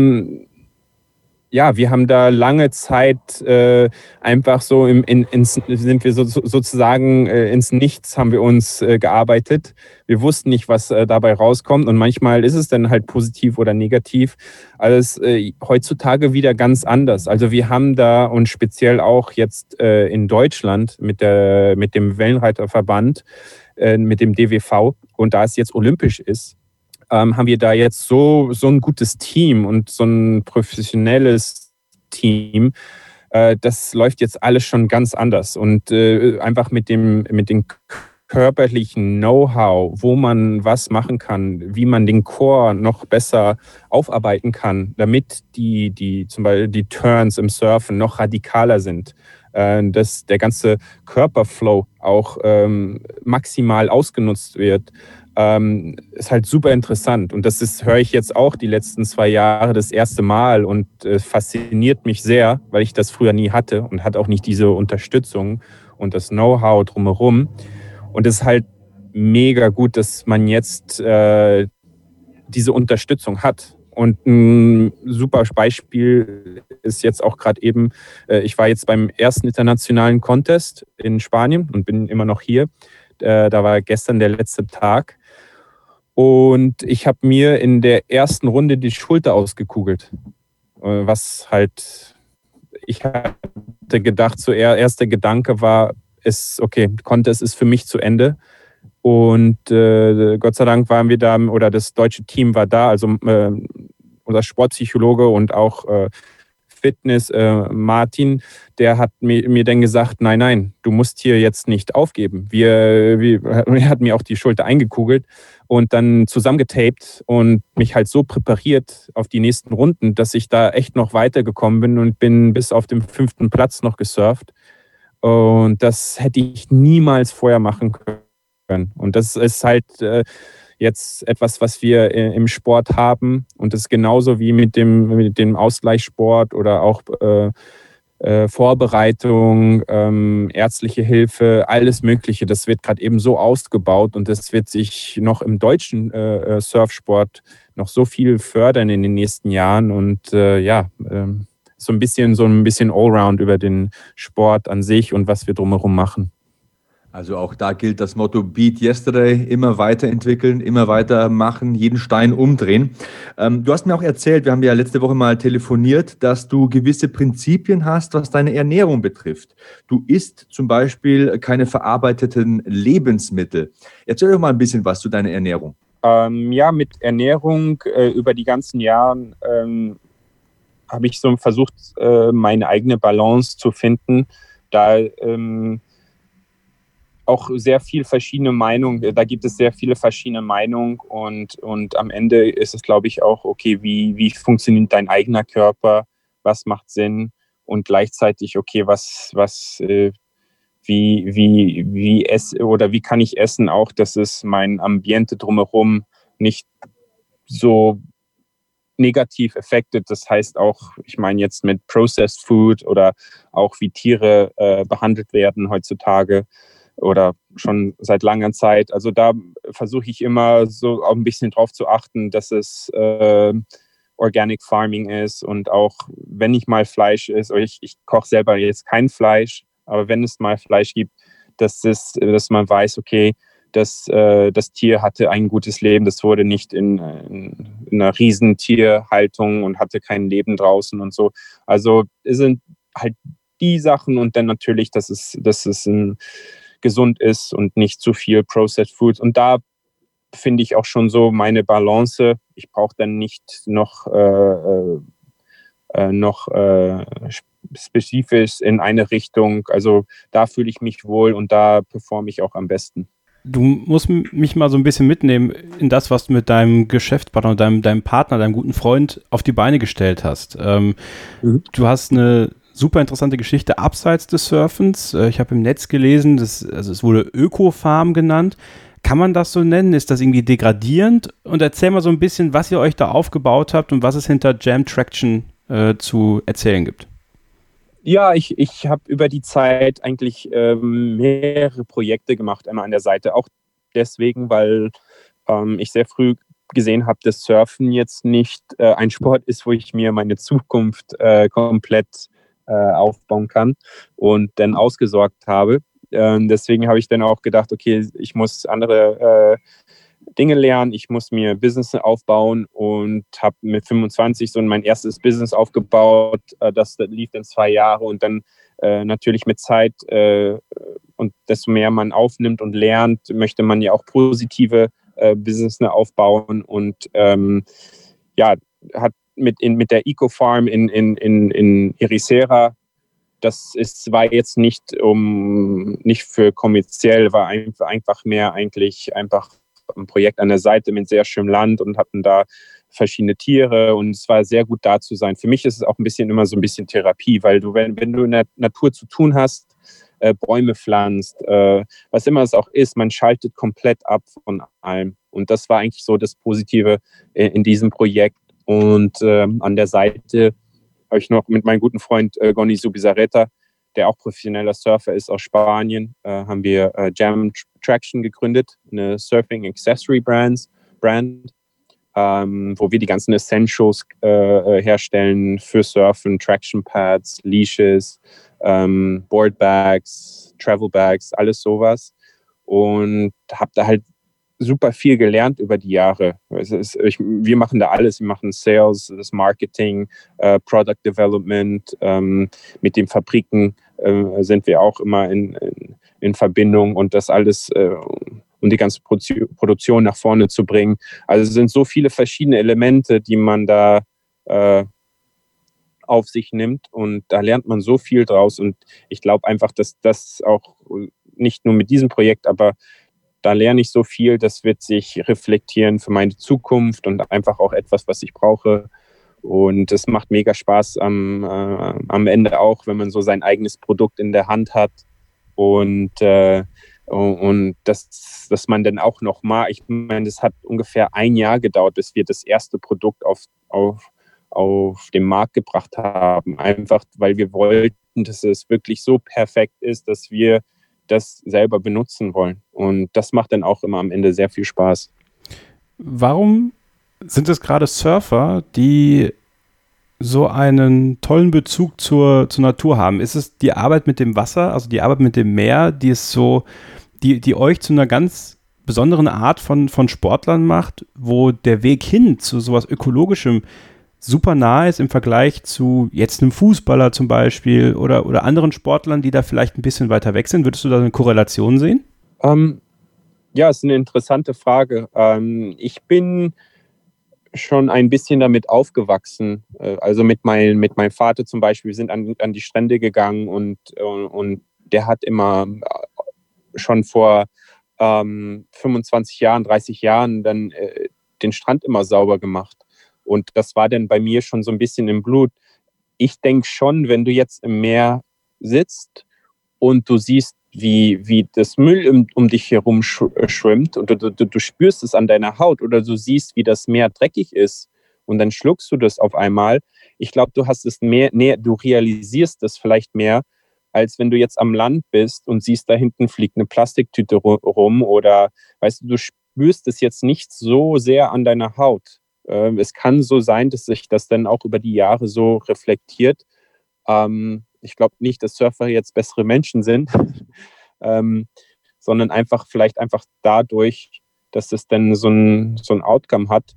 ja, wir haben da lange Zeit einfach so sind wir sozusagen ins Nichts haben wir uns gearbeitet. Wir wussten nicht, was dabei rauskommt und manchmal ist es dann halt positiv oder negativ. Alles heutzutage wieder ganz anders. Also wir haben da und speziell auch jetzt in Deutschland mit dem Wellenreiterverband, mit dem DWV und da es jetzt olympisch ist, haben wir da jetzt so ein gutes Team und so ein professionelles Team. Das läuft jetzt alles schon ganz anders und einfach mit dem körperlichen Know-how, wo man was machen kann, wie man den Core noch besser aufarbeiten kann, damit zum Beispiel die Turns im Surfen noch radikaler sind. Dass der ganze Körperflow auch maximal ausgenutzt wird. Ist halt super interessant und höre ich jetzt auch die letzten 2 Jahre das erste Mal und fasziniert mich sehr, weil ich das früher nie hatte und hatte auch nicht diese Unterstützung und das Know-how drumherum und es ist halt mega gut, dass man jetzt diese Unterstützung hat. Und ein super Beispiel ist jetzt auch gerade eben, ich war jetzt beim ersten internationalen Contest in Spanien und bin immer noch hier. Da war gestern der letzte Tag. Und ich habe mir in der ersten Runde die Schulter ausgekugelt. Was halt, ich hatte gedacht, erster Gedanke war, Contest ist für mich zu Ende. Und Gott sei Dank waren wir da, oder das deutsche Team war da, also unser Sportpsychologe und auch Fitness, Martin, der hat mir dann gesagt, nein, du musst hier jetzt nicht aufgeben. Er hat mir auch die Schulter eingekugelt und dann zusammengetaped und mich halt so präpariert auf die nächsten Runden, dass ich da echt noch weitergekommen bin und bin bis auf den 5. Platz noch gesurft. Und das hätte ich niemals vorher machen können. Und das ist halt jetzt etwas, was wir im Sport haben. Und das ist genauso wie mit dem Ausgleichssport oder auch Vorbereitung, ärztliche Hilfe, alles Mögliche. Das wird gerade eben so ausgebaut und das wird sich noch im deutschen Surfsport noch so viel fördern in den nächsten Jahren. Und so ein bisschen Allround über den Sport an sich und was wir drumherum machen. Also auch da gilt das Motto Beat Yesterday, immer weiterentwickeln, immer weitermachen, jeden Stein umdrehen. Du hast mir auch erzählt, wir haben ja letzte Woche mal telefoniert, dass du gewisse Prinzipien hast, was deine Ernährung betrifft. Du isst zum Beispiel keine verarbeiteten Lebensmittel. Erzähl doch mal ein bisschen was zu deiner Ernährung. Mit Ernährung über die ganzen Jahre habe ich so versucht, meine eigene Balance zu finden. Da auch sehr viel verschiedene Meinungen, da gibt es sehr viele verschiedene Meinungen und am Ende ist es, glaube ich, auch, okay, wie funktioniert dein eigener Körper, was macht Sinn und gleichzeitig, okay, wie kann ich essen auch, dass es mein Ambiente drumherum nicht so negativ affected. Das heißt auch, ich meine jetzt mit Processed Food oder auch wie Tiere behandelt werden heutzutage oder schon seit langer Zeit. Also da versuche ich immer so auch ein bisschen drauf zu achten, dass es Organic Farming ist und auch wenn ich mal Fleisch esse, ich koche selber jetzt kein Fleisch, aber wenn es mal Fleisch gibt, dass man weiß, okay, das Tier hatte ein gutes Leben, das wurde nicht in einer riesen Tierhaltung und hatte kein Leben draußen und so. Also es sind halt die Sachen und dann natürlich, dass es gesund ist und nicht zu viel Processed Foods. Und da finde ich auch schon so meine Balance. Ich brauche dann nicht noch spezifisch in eine Richtung. Also da fühle ich mich wohl und da performe ich auch am besten. Du musst mich mal so ein bisschen mitnehmen in das, was du mit deinem Geschäftspartner, deinem Partner, deinem guten Freund auf die Beine gestellt hast. Du hast eine super interessante Geschichte abseits des Surfens. Ich habe im Netz gelesen, es wurde Öko-Farm genannt. Kann man das so nennen? Ist das irgendwie degradierend? Und erzähl mal so ein bisschen, was ihr euch da aufgebaut habt und was es hinter Jam Traction zu erzählen gibt. Ja, ich habe über die Zeit eigentlich mehrere Projekte gemacht, einmal an der Seite. Auch deswegen, weil ich sehr früh gesehen habe, dass Surfen jetzt nicht ein Sport ist, wo ich mir meine Zukunft komplett aufbauen kann und dann ausgesorgt habe. Deswegen habe ich dann auch gedacht, okay, ich muss andere Dinge lernen, ich muss mir Business aufbauen und habe mit 25 so mein erstes Business aufgebaut. Das lief dann 2 Jahre und dann natürlich mit Zeit und desto mehr man aufnimmt und lernt, möchte man ja auch positive Business aufbauen und hat mit der Eco-Farm in Ericeira, war jetzt nicht für kommerziell, war einfach mehr eigentlich einfach ein Projekt an der Seite mit sehr schönem Land und hatten da verschiedene Tiere und es war sehr gut da zu sein. Für mich ist es auch immer so ein bisschen Therapie, weil wenn du in der Natur zu tun hast, Bäume pflanzt, was immer es auch ist, man schaltet komplett ab von allem. Und das war eigentlich so das Positive in diesem Projekt. Und an der Seite habe ich noch mit meinem guten Freund Goni Zubizarreta, der auch professioneller Surfer ist aus Spanien, haben wir Jam Traction gegründet, eine Surfing Accessory Brand, wo wir die ganzen Essentials herstellen für Surfen, Traction Pads, Leashes, Board Bags, Travel Bags, alles sowas. Und habe da halt super viel gelernt über die Jahre. Wir machen da alles. Wir machen Sales, das Marketing, Product Development. Mit den Fabriken sind wir auch immer in Verbindung und das alles, um die ganze Produktion nach vorne zu bringen. Also es sind so viele verschiedene Elemente, die man da auf sich nimmt und da lernt man so viel draus. Und ich glaube einfach, dass das auch nicht nur mit diesem Projekt, aber da lerne ich so viel, das wird sich reflektieren für meine Zukunft und einfach auch etwas, was ich brauche. Und es macht mega Spaß am Ende auch, wenn man so sein eigenes Produkt in der Hand hat und dass man dann auch noch mal, ich meine, das hat ungefähr 1 Jahr gedauert, bis wir das erste Produkt auf den Markt gebracht haben. Einfach, weil wir wollten, dass es wirklich so perfekt ist, dass wir das selber benutzen wollen. Und das macht dann auch immer am Ende sehr viel Spaß. Warum sind es gerade Surfer, die so einen tollen Bezug zur Natur haben? Ist es die Arbeit mit dem Wasser, also die Arbeit mit dem Meer, die euch zu einer ganz besonderen Art von Sportlern macht, wo der Weg hin zu sowas Ökologischem super nah ist im Vergleich zu jetzt einem Fußballer zum Beispiel oder anderen Sportlern, die da vielleicht ein bisschen weiter weg sind? Würdest du da eine Korrelation sehen? Ja, ist eine interessante Frage. Ich bin schon ein bisschen damit aufgewachsen. Also mit meinem Vater zum Beispiel, wir sind an die Strände gegangen und der hat immer schon vor 25 Jahren, 30 Jahren dann den Strand immer sauber gemacht. Und das war dann bei mir schon so ein bisschen im Blut. Ich denke schon, wenn du jetzt im Meer sitzt und du siehst, wie das Müll um dich herum schwimmt und du spürst es an deiner Haut oder du siehst, wie das Meer dreckig ist und dann schluckst du das auf einmal. Ich glaube, du hast es du realisierst es vielleicht mehr, als wenn du jetzt am Land bist und siehst, da hinten fliegt eine Plastiktüte rum oder weißt du spürst es jetzt nicht so sehr an deiner Haut. Es kann so sein, dass sich das dann auch über die Jahre so reflektiert. Ich glaube nicht, dass Surfer jetzt bessere Menschen sind, sondern vielleicht einfach dadurch, dass es dann so ein Outcome hat.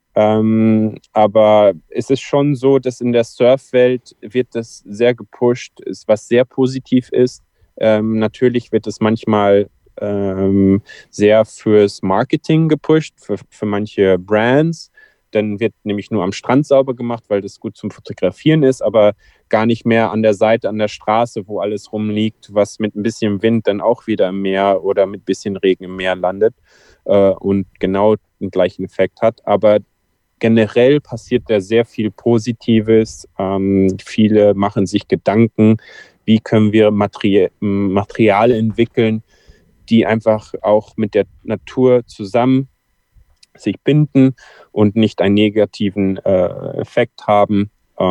Aber es ist schon so, dass in der Surfwelt wird das sehr gepusht, was sehr positiv ist. Natürlich wird es manchmal sehr fürs Marketing gepusht, für manche Brands. Dann wird nämlich nur am Strand sauber gemacht, weil das gut zum Fotografieren ist, aber gar nicht mehr an der Seite, an der Straße, wo alles rumliegt, was mit ein bisschen Wind dann auch wieder im Meer oder mit ein bisschen Regen im Meer landet und genau den gleichen Effekt hat. Aber generell passiert da sehr viel Positives. Viele machen sich Gedanken, wie können wir Material entwickeln, die einfach auch mit der Natur zusammen sich binden und nicht einen negativen Effekt haben.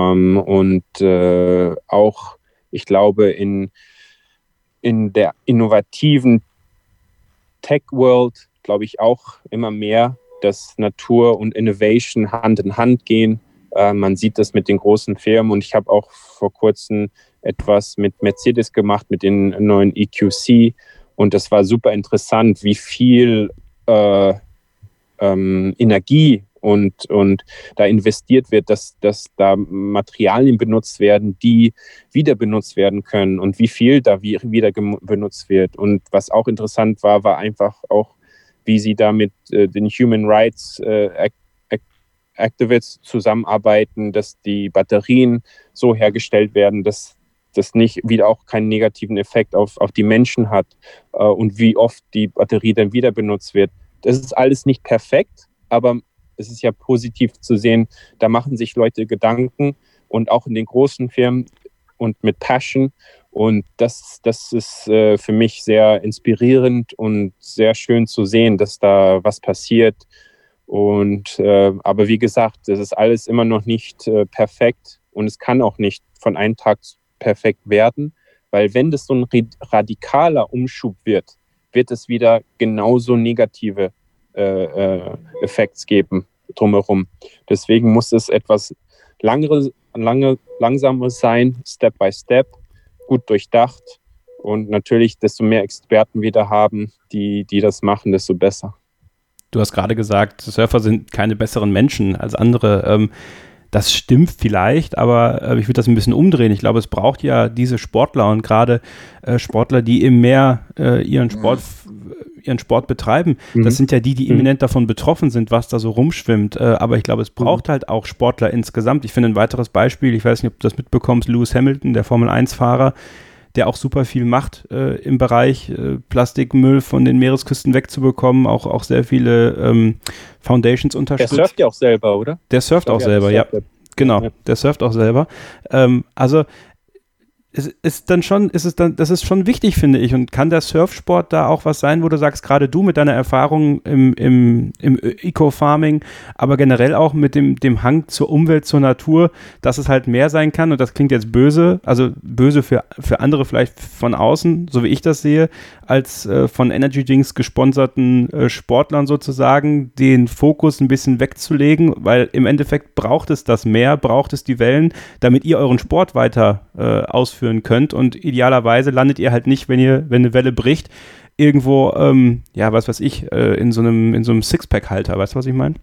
Auch, ich glaube, in der innovativen Tech-World, glaube ich auch immer mehr, dass Natur und Innovation Hand in Hand gehen. Man sieht das mit den großen Firmen und ich habe auch vor kurzem etwas mit Mercedes gemacht, mit den neuen EQC und das war super interessant, wie viel Energie und da investiert wird, dass da Materialien benutzt werden, die wieder benutzt werden können und wie viel da wieder benutzt wird. Und was auch interessant war einfach auch, wie sie da mit den Human Rights Activists zusammenarbeiten, dass die Batterien so hergestellt werden, dass das nicht wieder auch keinen negativen Effekt auf die Menschen hat und wie oft die Batterie dann wieder benutzt wird. Das ist alles nicht perfekt, aber es ist ja positiv zu sehen, da machen sich Leute Gedanken und auch in den großen Firmen und mit Passion. Und das ist für mich sehr inspirierend und sehr schön zu sehen, dass da was passiert. Aber wie gesagt, das ist alles immer noch nicht perfekt und es kann auch nicht von einem Tag perfekt werden, weil wenn das so ein radikaler Umschub wird es wieder genauso negative Effekte geben drumherum. Deswegen muss es etwas langsameres sein, Step by Step, gut durchdacht und natürlich, desto mehr Experten wir da haben, die das machen, desto besser. Du hast gerade gesagt, Surfer sind keine besseren Menschen als andere. Das stimmt vielleicht, aber ich würde das ein bisschen umdrehen. Ich glaube, es braucht ja diese Sportler und gerade Sportler, die im Meer ihren Sport betreiben. Das sind ja die eminent davon betroffen sind, was da so rumschwimmt. Aber ich glaube, es braucht halt auch Sportler insgesamt. Ich finde ein weiteres Beispiel, ich weiß nicht, ob du das mitbekommst, Lewis Hamilton, der Formel-1-Fahrer, der auch super viel macht im Bereich Plastikmüll von den Meeresküsten wegzubekommen, auch sehr viele Foundations unterstützt. Der surft ja auch selber, oder? Der surft auch selber, ja. Genau, der surft auch selber. Also das ist schon wichtig, finde ich. Und kann der Surfsport da auch was sein, wo du sagst, gerade du mit deiner Erfahrung im Eco-Farming, aber generell auch mit dem Hang zur Umwelt, zur Natur, dass es halt mehr sein kann, und das klingt jetzt böse, also böse für andere vielleicht von außen, so wie ich das sehe, als von Energy Drinks gesponserten Sportlern sozusagen, den Fokus ein bisschen wegzulegen, weil im Endeffekt braucht es das Meer, braucht es die Wellen, damit ihr euren Sport weiter ausführen könnt, und idealerweise landet ihr halt nicht, wenn eine Welle bricht, irgendwo, was weiß ich, in so einem Sixpack-Halter, weißt du, was ich meine?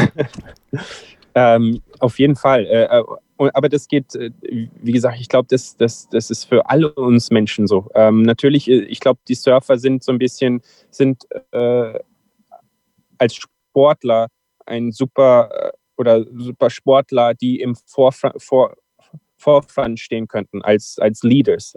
Auf jeden Fall. Aber das geht, wie gesagt, ich glaube, das ist für alle uns Menschen so. Natürlich, ich glaube, die Surfer sind so ein bisschen, als Sportler ein super Sportler, die im Forefront stehen könnten, als Leaders,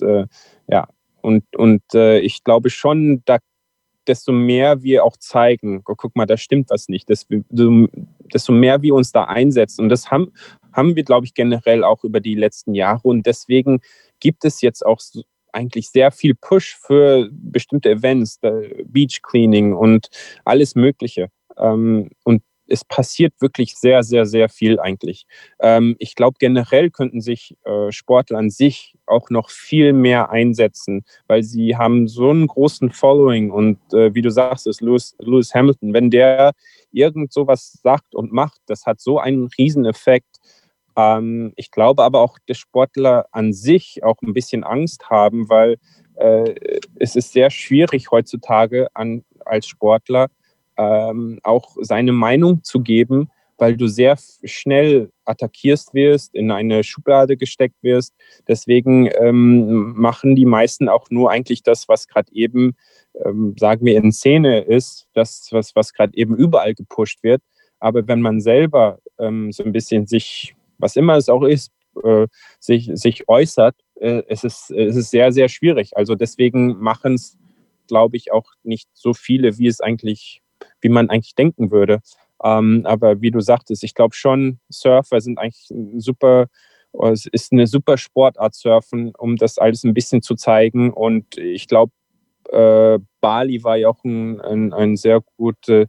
ich glaube schon, desto mehr wir auch zeigen, guck mal, da stimmt was nicht, desto mehr wir uns da einsetzen. Und das haben wir, glaube ich, generell auch über die letzten Jahre. Und deswegen gibt es jetzt auch eigentlich sehr viel Push für bestimmte Events, Beach Cleaning und alles Mögliche. Und es passiert wirklich sehr, sehr, sehr viel eigentlich. Ich glaube, generell könnten sich Sportler an sich auch noch viel mehr einsetzen, weil sie haben so einen großen Following und wie du sagst, ist Lewis Hamilton, wenn der irgend sowas sagt und macht, das hat so einen Rieseneffekt. Ich glaube aber auch, dass Sportler an sich auch ein bisschen Angst haben, weil es ist sehr schwierig heutzutage als Sportler auch seine Meinung zu geben weil du sehr schnell attackierst wirst, in eine Schublade gesteckt wirst. Deswegen machen die meisten auch nur eigentlich das, was gerade eben, sagen wir, in Szene ist, das, was gerade eben überall gepusht wird. Aber wenn man selber so ein bisschen sich, was immer es auch ist, sich äußert, es ist sehr, sehr schwierig. Also deswegen machen es, glaube ich, auch nicht so viele, wie man eigentlich denken würde. Aber wie du sagtest, ich glaube schon, Surfer sind eigentlich es ist eine super Sportart, Surfen, um das alles ein bisschen zu zeigen. Und ich glaube, Bali war ja auch ein sehr gutes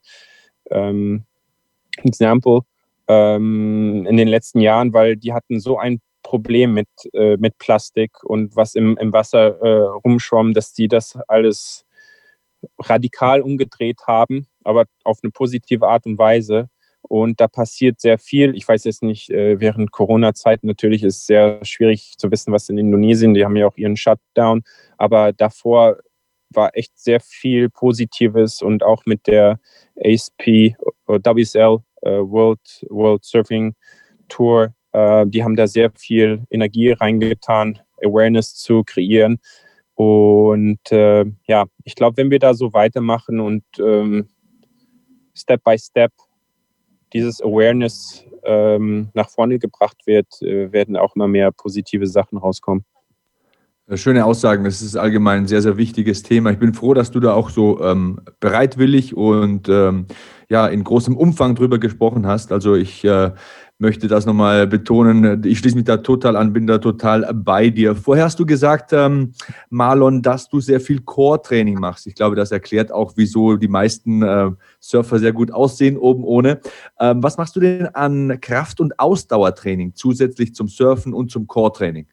Example in den letzten Jahren, weil die hatten so ein Problem mit Plastik und was im Wasser rumschwamm, dass die das alles radikal umgedreht haben, aber auf eine positive Art und Weise. Und da passiert sehr viel. Ich weiß jetzt nicht, während Corona-Zeit natürlich ist es sehr schwierig zu wissen, was in Indonesien, die haben ja auch ihren Shutdown, aber davor war echt sehr viel Positives und auch mit der ASP oder WSL World Surfing Tour, die haben da sehr viel Energie reingetan, Awareness zu kreieren. Und ich glaube, wenn wir da so weitermachen und Step by Step dieses Awareness nach vorne gebracht wird, werden auch immer mehr positive Sachen rauskommen. Schöne Aussagen, das ist allgemein ein sehr, sehr wichtiges Thema. Ich bin froh, dass du da auch so bereitwillig und in großem Umfang drüber gesprochen hast. Also ich möchte das nochmal betonen. Ich schließe mich da total an, bin da total bei dir. Vorher hast du gesagt, Marlon, dass du sehr viel Core-Training machst. Ich glaube, das erklärt auch, wieso die meisten Surfer sehr gut aussehen, oben ohne. Was machst du denn an Kraft- und Ausdauertraining zusätzlich zum Surfen und zum Core-Training?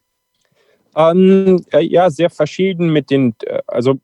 Sehr verschieden also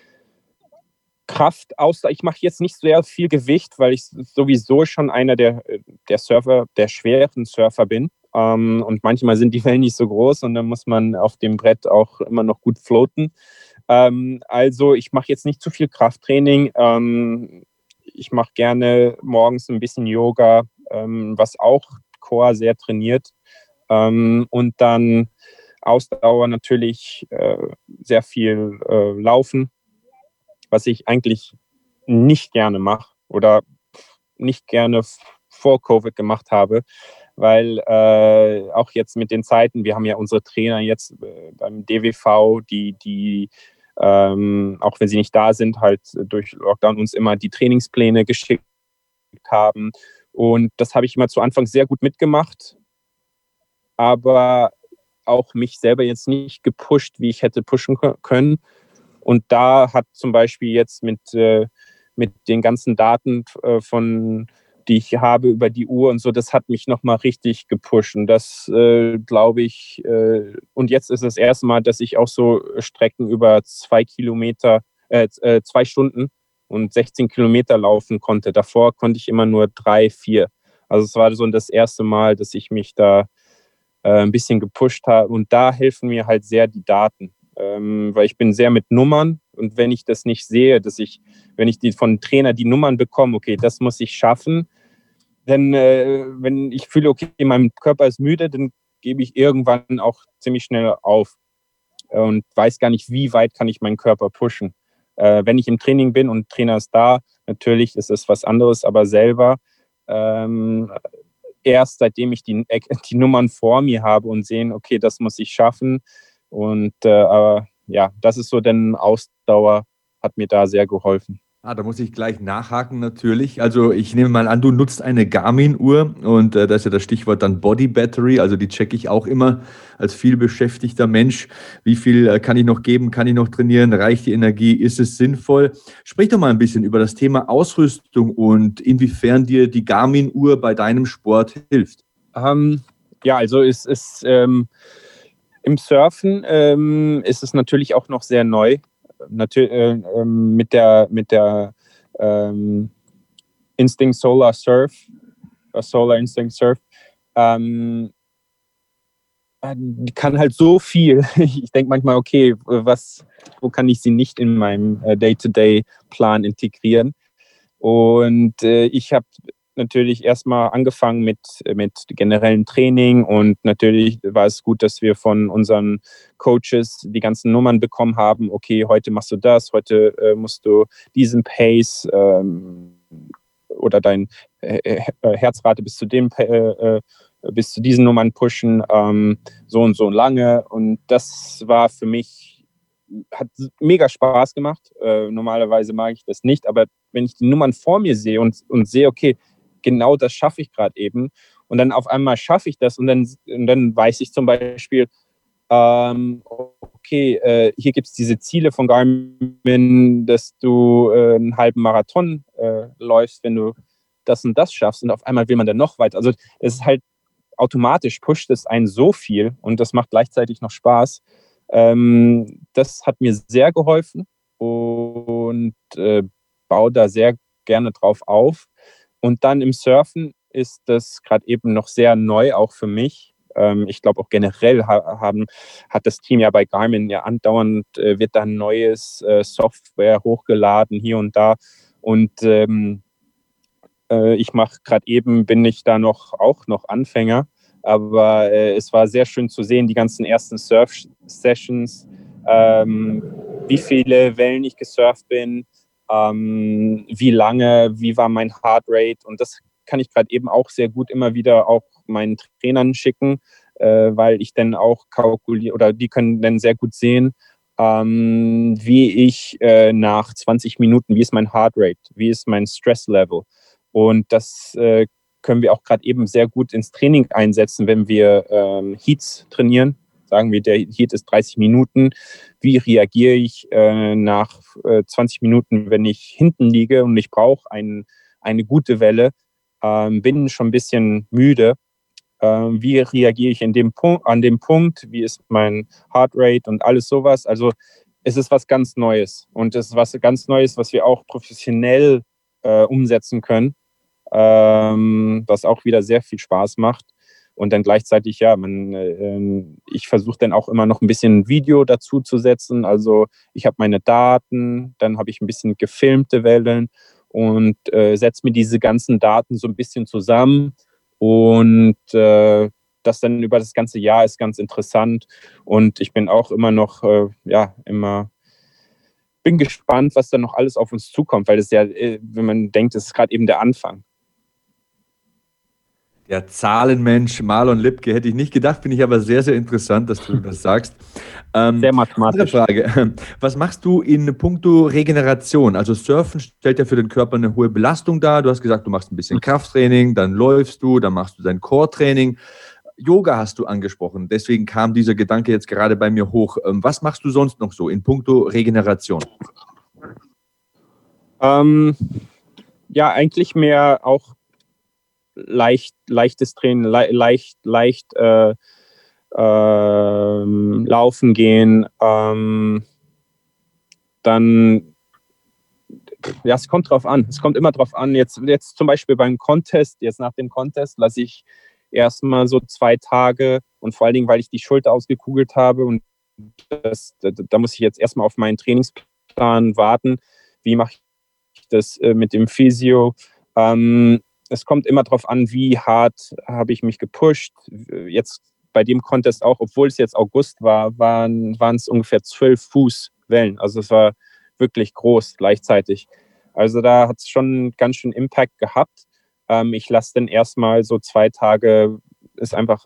Kraft, Ausdauer. Ich mache jetzt nicht sehr viel Gewicht, weil ich sowieso schon einer der schweren Surfer bin. Und manchmal sind die Wellen nicht so groß und dann muss man auf dem Brett auch immer noch gut floaten. Also ich mache jetzt nicht zu viel Krafttraining. Ich mache gerne morgens ein bisschen Yoga, was auch Core sehr trainiert. Und dann Ausdauer natürlich sehr viel Laufen, was ich eigentlich nicht gerne mache oder nicht gerne vor Covid gemacht habe, weil auch jetzt mit den Zeiten, wir haben ja unsere Trainer jetzt beim DWV, die auch wenn sie nicht da sind, halt durch Lockdown uns immer die Trainingspläne geschickt haben. Und das habe ich immer zu Anfang sehr gut mitgemacht, aber auch mich selber jetzt nicht gepusht, wie ich hätte pushen können. Und da hat zum Beispiel jetzt mit den ganzen Daten die ich habe über die Uhr und so, das hat mich nochmal richtig gepusht. Und das glaube ich, und jetzt ist das erste Mal, dass ich auch so Strecken über 2 Stunden und 16 Kilometer laufen konnte. Davor konnte ich immer nur 3, 4. Also es war so das erste Mal, dass ich mich da ein bisschen gepusht habe. Und da helfen mir halt sehr die Daten, weil ich bin sehr mit Nummern. Und wenn ich das nicht sehe, wenn ich von Trainer die Nummern bekomme, okay, das muss ich schaffen, dann, wenn ich fühle, okay, mein Körper ist müde, dann gebe ich irgendwann auch ziemlich schnell auf und weiß gar nicht, wie weit kann ich meinen Körper pushen. Wenn ich im Training bin und Trainer ist da, natürlich ist es was anderes, aber selber erst seitdem ich die Nummern vor mir habe und sehen, okay, das muss ich schaffen. Und das ist so, denn Ausdauer hat mir da sehr geholfen. Da muss ich gleich nachhaken natürlich. Also ich nehme mal an, du nutzt eine Garmin-Uhr und da ist ja das Stichwort dann Body Battery, also die checke ich auch immer als vielbeschäftigter Mensch. Wie viel kann ich noch geben, kann ich noch trainieren, reicht die Energie, ist es sinnvoll? Sprich doch mal ein bisschen über das Thema Ausrüstung und inwiefern dir die Garmin-Uhr bei deinem Sport hilft. Also es ist im Surfen ist es natürlich auch noch sehr neu. Mit der Instinct Solar Surf, Solar Instinct Surf, die kann halt so viel. Ich denke manchmal, okay, wo kann ich sie nicht in meinem Day-to-Day-Plan integrieren? Und ich habe natürlich erstmal angefangen mit generellem Training und natürlich war es gut, dass wir von unseren Coaches die ganzen Nummern bekommen haben. Okay, heute machst du das, heute musst du diesen Pace oder dein Herzrate bis zu diesen Nummern pushen, so und so lange. Und das war für mich, hat mega Spaß gemacht. Normalerweise mag ich das nicht, aber wenn ich die Nummern vor mir sehe und sehe, okay, genau das schaffe ich gerade eben und dann auf einmal schaffe ich das und dann weiß ich zum Beispiel, okay, hier gibt es diese Ziele von Garmin, dass du einen halben Marathon läufst, wenn du das und das schaffst und auf einmal will man dann noch weiter. Also es ist halt automatisch, pusht es einen so viel und das macht gleichzeitig noch Spaß. Das hat mir sehr geholfen und baue da sehr gerne drauf auf. Und dann im Surfen ist das gerade eben noch sehr neu, auch für mich. Ich glaube auch generell hat das Team ja bei Garmin ja andauernd, wird da neues Software hochgeladen hier und da. Und ich mache gerade eben, bin ich da auch noch Anfänger. Aber es war sehr schön zu sehen, die ganzen ersten Surf-Sessions, wie viele Wellen ich gesurft bin, wie lange, wie war mein Heartrate. Und das kann ich gerade eben auch sehr gut immer wieder auch meinen Trainern schicken, weil ich dann auch kalkuliere oder die können dann sehr gut sehen, wie ich nach 20 Minuten, wie ist mein Heartrate, wie ist mein Stress-Level. Und das können wir auch gerade eben sehr gut ins Training einsetzen, wenn wir Heats trainieren. Sagen wir, der Heat ist 30 Minuten. Wie reagiere ich nach 20 Minuten, wenn ich hinten liege und ich brauche eine gute Welle, bin schon ein bisschen müde. Wie reagiere ich an dem Punkt? Wie ist mein Heartrate und alles sowas? Also es ist was ganz Neues. Und es ist was ganz Neues, was wir auch professionell umsetzen können. Was auch wieder sehr viel Spaß macht. Und dann gleichzeitig, ja, ich versuche dann auch immer noch ein bisschen Video dazu zu setzen. Also ich habe meine Daten, dann habe ich ein bisschen gefilmte Wellen und setze mir diese ganzen Daten so ein bisschen zusammen. Und das dann über das ganze Jahr ist ganz interessant. Und ich bin auch immer noch, bin gespannt, was dann noch alles auf uns zukommt, weil es ja, wenn man denkt, es ist gerade eben der Anfang. Der Zahlenmensch Marlon Lipke hätte ich nicht gedacht, finde ich aber sehr, sehr interessant, dass du das sagst. Sehr mathematisch. Andere Frage. Was machst du in puncto Regeneration? Also Surfen stellt ja für den Körper eine hohe Belastung dar. Du hast gesagt, du machst ein bisschen Krafttraining, dann läufst du, dann machst du dein Core-Training. Yoga hast du angesprochen, deswegen kam dieser Gedanke jetzt gerade bei mir hoch. Was machst du sonst noch so in puncto Regeneration? Ja, eigentlich mehr auch leichtes Training, leicht laufen gehen. Dann, ja, es kommt drauf an. Es kommt immer drauf an. Jetzt zum Beispiel beim Contest, jetzt nach dem Contest lasse ich erstmal so 2 Tage und vor allen Dingen, weil ich die Schulter ausgekugelt habe und da muss ich jetzt erstmal auf meinen Trainingsplan warten. Wie mache ich das mit dem Physio? Es kommt immer darauf an, wie hart habe ich mich gepusht. Jetzt bei dem Contest auch, obwohl es jetzt August war, waren es ungefähr 12 Fuß Wellen. Also es war wirklich groß gleichzeitig. Also da hat es schon ganz schön Impact gehabt. Ich lasse dann erstmal so 2 Tage, ist einfach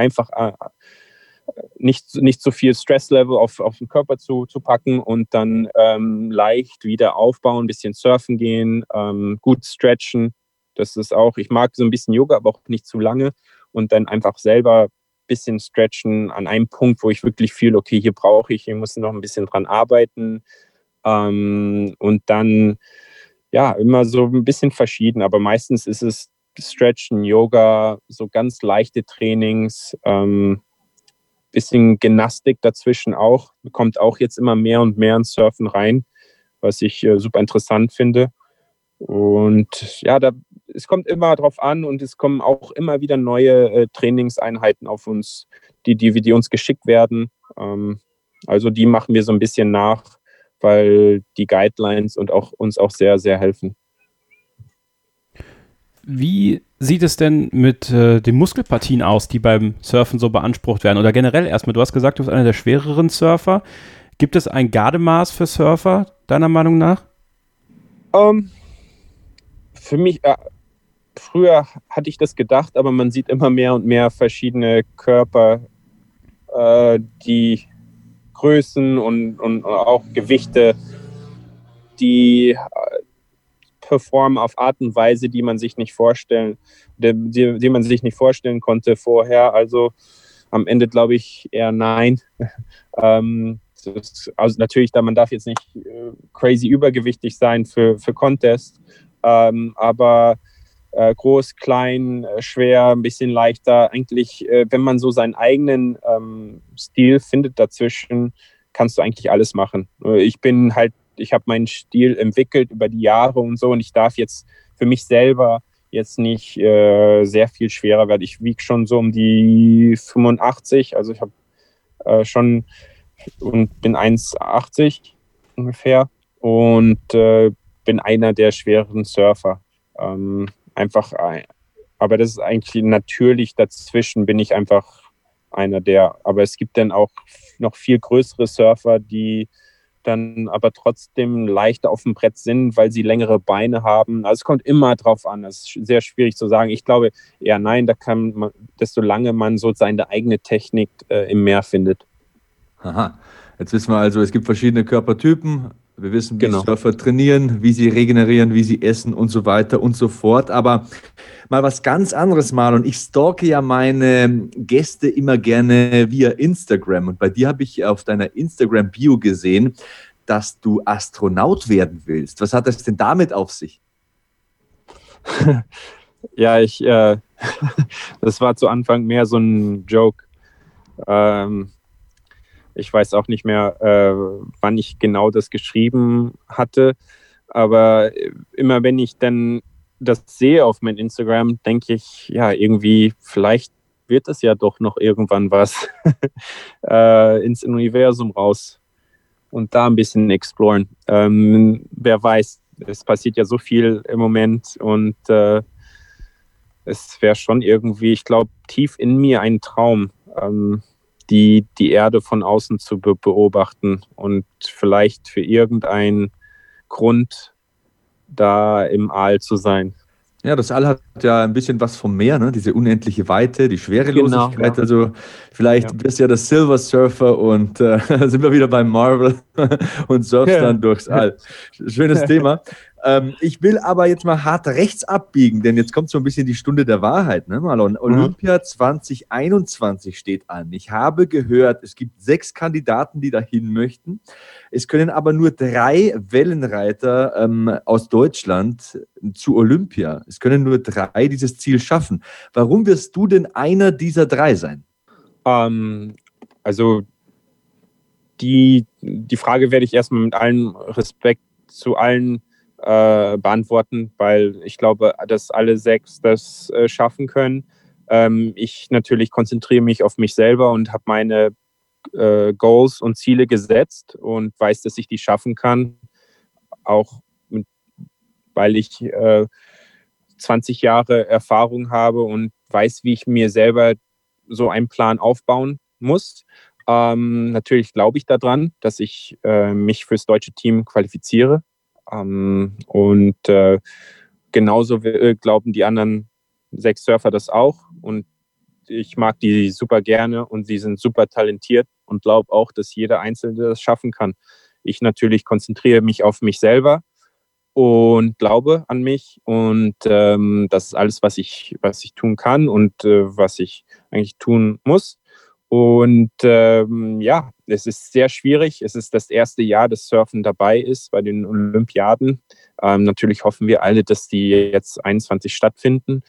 nicht so viel Stresslevel auf den Körper zu packen und dann leicht wieder aufbauen, ein bisschen surfen gehen, gut stretchen. Das ist auch, ich mag so ein bisschen Yoga, aber auch nicht zu lange und dann einfach selber ein bisschen stretchen an einem Punkt, wo ich wirklich fühle, okay, hier muss noch ein bisschen dran arbeiten. Und dann, ja, immer so ein bisschen verschieden, aber meistens ist es Stretchen, Yoga, so ganz leichte Trainings, bisschen Gymnastik dazwischen auch, kommt auch jetzt immer mehr und mehr ins Surfen rein, was ich super interessant finde. Und ja, es kommt immer drauf an und es kommen auch immer wieder neue Trainingseinheiten auf uns, die uns geschickt werden. Also die machen wir so ein bisschen nach, weil die Guidelines und auch uns auch sehr, sehr helfen. Wie sieht es denn mit den Muskelpartien aus, die beim Surfen so beansprucht werden? Oder generell erstmal, du hast gesagt, du bist einer der schwereren Surfer. Gibt es ein Gardemaß für Surfer, deiner Meinung nach? Für mich, früher hatte ich das gedacht, aber man sieht immer mehr und mehr verschiedene Körper, die Größen und auch Gewichte, die performen auf Art und Weise, die man sich nicht vorstellen konnte vorher. Also am Ende glaube ich eher nein. Also natürlich, man darf jetzt nicht crazy übergewichtig sein für Contest, aber groß, klein, schwer, ein bisschen leichter. Eigentlich, wenn man so seinen eigenen Stil findet dazwischen, kannst du eigentlich alles machen. Ich habe meinen Stil entwickelt über die Jahre und so, und ich darf jetzt für mich selber jetzt nicht sehr viel schwerer werden. Ich wiege schon so um die 85, also ich habe schon und bin 1,80 ungefähr und bin einer der schwereren Surfer. Aber das ist eigentlich natürlich, dazwischen bin ich einfach aber es gibt dann auch noch viel größere Surfer, die dann aber trotzdem leichter auf dem Brett sind, weil sie längere Beine haben. Also es kommt immer drauf an. Es ist sehr schwierig zu sagen. Ich glaube eher nein, da kann man, desto lange man so seine eigene Technik im Meer findet. Aha. Jetzt wissen wir also, es gibt verschiedene Körpertypen. Wir wissen, wie Genau. Surfer trainieren, wie sie regenerieren, wie sie essen und so weiter und so fort. Aber mal was ganz anderes mal. Und ich stalke ja meine Gäste immer gerne via Instagram. Und bei dir habe ich auf deiner Instagram-Bio gesehen, dass du Astronaut werden willst. Was hat das denn damit auf sich? Ja, das war zu Anfang mehr so ein Joke. Ich weiß auch nicht mehr, wann ich genau das geschrieben hatte. Aber immer wenn ich dann das sehe auf meinem Instagram, denke ich, ja, irgendwie, vielleicht wird es ja doch noch irgendwann was ins Universum raus und da ein bisschen exploren. Wer weiß, es passiert ja so viel im Moment und es wäre schon irgendwie, ich glaube, tief in mir ein Traum, die Erde von außen zu beobachten und vielleicht für irgendeinen Grund da im All zu sein. Ja, das All hat ja ein bisschen was vom Meer, ne? Diese unendliche Weite, die Schwerelosigkeit. Genau, ja. Also vielleicht bist du ja der Silver Surfer und sind wir wieder beim Marvel und surfst dann durchs All. Schönes Thema. Ich will aber jetzt mal hart rechts abbiegen, denn jetzt kommt so ein bisschen die Stunde der Wahrheit, ne, Marlon? Olympia 2021 steht an. Ich habe gehört, es gibt 6 Kandidaten, die dahin möchten. Es können aber nur 3 Wellenreiter aus Deutschland zu Olympia. Es können nur 3 dieses Ziel schaffen. Warum wirst du denn einer dieser 3 sein? Also die Frage werde ich erstmal mit allem Respekt zu allen beantworten, weil ich glaube, dass alle 6 das schaffen können. Ich natürlich konzentriere mich auf mich selber und habe meine Goals und Ziele gesetzt und weiß, dass ich die schaffen kann, auch weil ich 20 Jahre Erfahrung habe und weiß, wie ich mir selber so einen Plan aufbauen muss. Natürlich glaube ich daran, dass ich mich fürs deutsche Team qualifiziere. Und genauso glauben die anderen 6 Surfer das auch. Und ich mag die super gerne und sie sind super talentiert und glaube auch, dass jeder Einzelne das schaffen kann. Ich natürlich konzentriere mich auf mich selber und glaube an mich und das ist alles, was ich tun kann und was ich eigentlich tun muss. Und ja, es ist sehr schwierig. Es ist das erste Jahr, dass Surfen dabei ist bei den Olympiaden. Natürlich hoffen wir alle, dass die jetzt 21 stattfinden.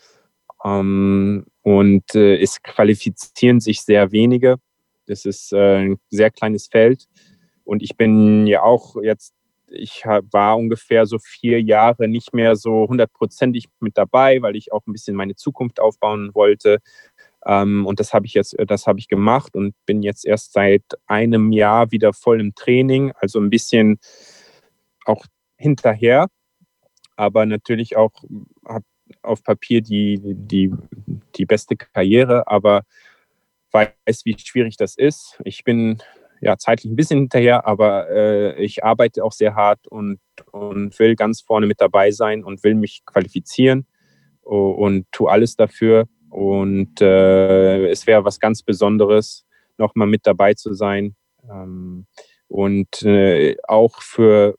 Und es qualifizieren sich sehr wenige. Das ist ein sehr kleines Feld. Und ich bin ja auch jetzt, war ungefähr so 4 Jahre nicht mehr so 100%ig mit dabei, weil ich auch ein bisschen meine Zukunft aufbauen wollte. Und das habe ich gemacht und bin jetzt erst seit einem Jahr wieder voll im Training, also ein bisschen auch hinterher, aber natürlich auch auf Papier die beste Karriere, aber weiß, wie schwierig das ist. Ich bin ja zeitlich ein bisschen hinterher, aber ich arbeite auch sehr hart und will ganz vorne mit dabei sein und will mich qualifizieren und tue alles dafür. Und es wäre was ganz Besonderes, nochmal mit dabei zu sein. Und auch für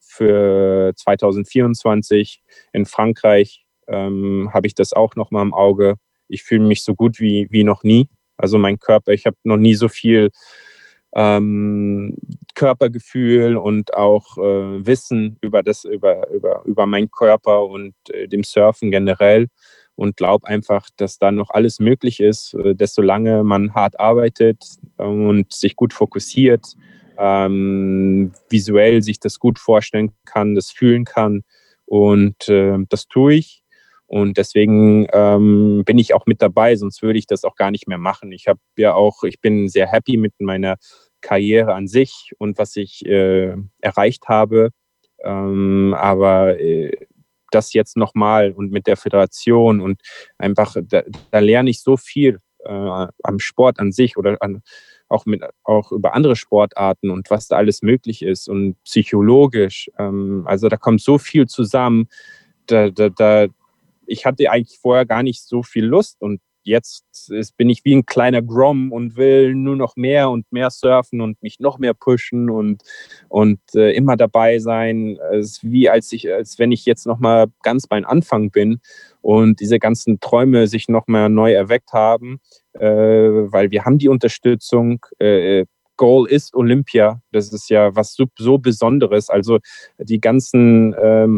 2024 in Frankreich habe ich das auch nochmal im Auge. Ich fühle mich so gut wie noch nie. Also mein Körper, ich habe noch nie so viel Körpergefühl und auch Wissen über meinen Körper und dem Surfen generell und glaube einfach, dass da noch alles möglich ist, desto lange man hart arbeitet und sich gut fokussiert, visuell sich das gut vorstellen kann, das fühlen kann und das tue ich. Und deswegen bin ich auch mit dabei, sonst würde ich das auch gar nicht mehr machen. Ich bin sehr happy mit meiner Karriere an sich und was ich erreicht habe. Aber das jetzt nochmal und mit der Föderation und einfach, da lerne ich so viel am Sport an sich oder auch über andere Sportarten und was da alles möglich ist und psychologisch. Also da kommt so viel zusammen. Ich hatte eigentlich vorher gar nicht so viel Lust und jetzt bin ich wie ein kleiner Grom und will nur noch mehr und mehr surfen und mich noch mehr pushen und immer dabei sein. Es ist wie als wenn ich jetzt nochmal ganz beim Anfang bin und diese ganzen Träume sich nochmal neu erweckt haben, weil wir haben die Unterstützung. Goal ist Olympia. Das ist ja was so Besonderes. Also die ganzen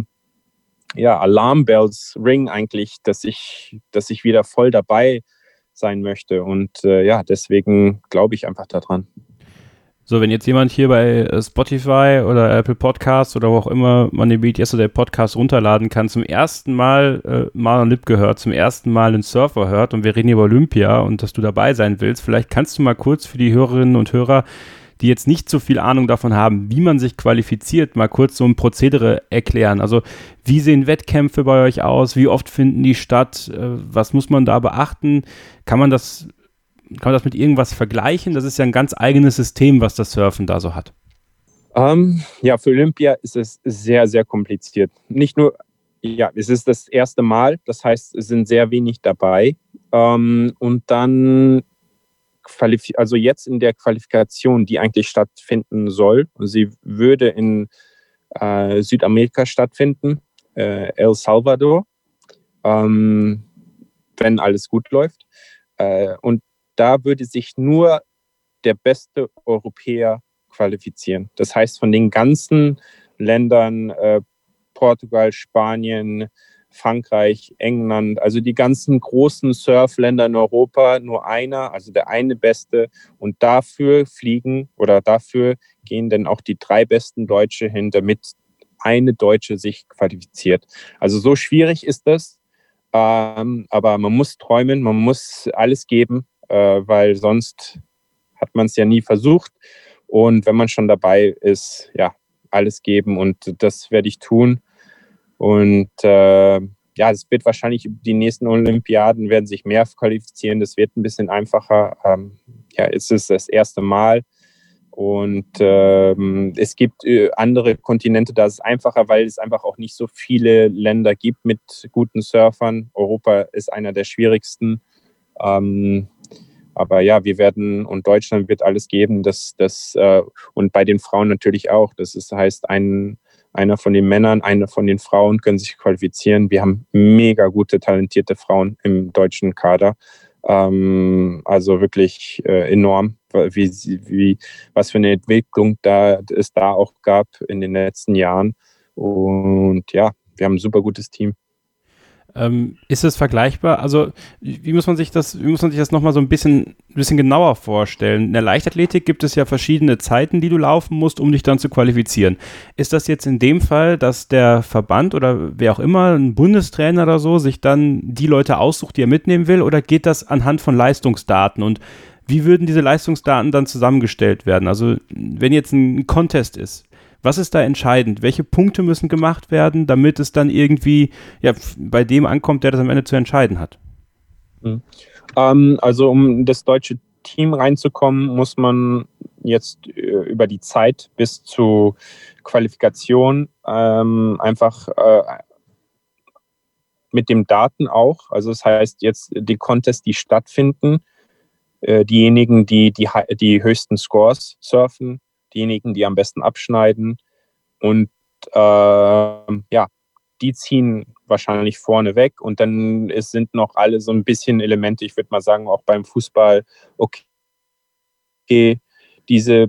Alarmbells ringen eigentlich, dass ich wieder voll dabei sein möchte. Und deswegen glaube ich einfach daran. So, wenn jetzt jemand hier bei Spotify oder Apple Podcasts oder wo auch immer man den Beat Yesterday Podcast runterladen kann, zum ersten Mal Marlon Lipke hört, zum ersten Mal einen Surfer hört und wir reden hier über Olympia und dass du dabei sein willst, vielleicht kannst du mal kurz für die Hörerinnen und Hörer, die jetzt nicht so viel Ahnung davon haben, wie man sich qualifiziert, mal kurz so ein Prozedere erklären. Also wie sehen Wettkämpfe bei euch aus? Wie oft finden die statt? Was muss man da beachten? Kann man das mit irgendwas vergleichen? Das ist ja ein ganz eigenes System, was das Surfen da so hat. Für Olympia ist es sehr, sehr kompliziert. Nicht nur, es ist das erste Mal, das heißt, es sind sehr wenig dabei. Und dann also jetzt in der Qualifikation, die eigentlich stattfinden soll, sie würde in Südamerika stattfinden, El Salvador, wenn alles gut läuft. Und da würde sich nur der beste Europäer qualifizieren. Das heißt, von den ganzen Ländern, Portugal, Spanien, Frankreich, England, also die ganzen großen Surfländer in Europa, nur einer, also der eine Beste. Und dafür gehen dann auch die 3 besten Deutsche hin, damit eine Deutsche sich qualifiziert. Also so schwierig ist das, aber man muss träumen, man muss alles geben, weil sonst hat man es ja nie versucht. Und wenn man schon dabei ist, alles geben und das werde ich tun. Und es wird wahrscheinlich die nächsten Olympiaden werden sich mehr qualifizieren. Das wird ein bisschen einfacher. Es ist das erste Mal. Und es gibt andere Kontinente, da ist es einfacher, weil es einfach auch nicht so viele Länder gibt mit guten Surfern. Europa ist einer der schwierigsten. Aber wir werden, und Deutschland wird alles geben, und bei den Frauen natürlich auch. Heißt, einer von den Männern, eine von den Frauen können sich qualifizieren. Wir haben mega gute, talentierte Frauen im deutschen Kader. Also wirklich enorm, was für eine Entwicklung es da auch gab in den letzten Jahren. Und wir haben ein super gutes Team. Ist es vergleichbar? Also wie muss man sich das nochmal so ein bisschen genauer vorstellen? In der Leichtathletik gibt es ja verschiedene Zeiten, die du laufen musst, um dich dann zu qualifizieren. Ist das jetzt in dem Fall, dass der Verband oder wer auch immer, ein Bundestrainer oder so, sich dann die Leute aussucht, die er mitnehmen will, oder geht das anhand von Leistungsdaten? Und wie würden diese Leistungsdaten dann zusammengestellt werden? Also wenn jetzt ein Contest ist, Was ist da entscheidend? Welche Punkte müssen gemacht werden, damit es dann irgendwie bei dem ankommt, der das am Ende zu entscheiden hat? Also um das deutsche Team reinzukommen, muss man jetzt über die Zeit bis zur Qualifikation einfach mit dem Daten auch. Also das heißt jetzt die Contests, die stattfinden, diejenigen, die höchsten Scores surfen, diejenigen, die am besten abschneiden und die ziehen wahrscheinlich vorne weg und dann sind noch alle so ein bisschen Elemente, ich würde mal sagen, auch beim Fußball, okay, dieser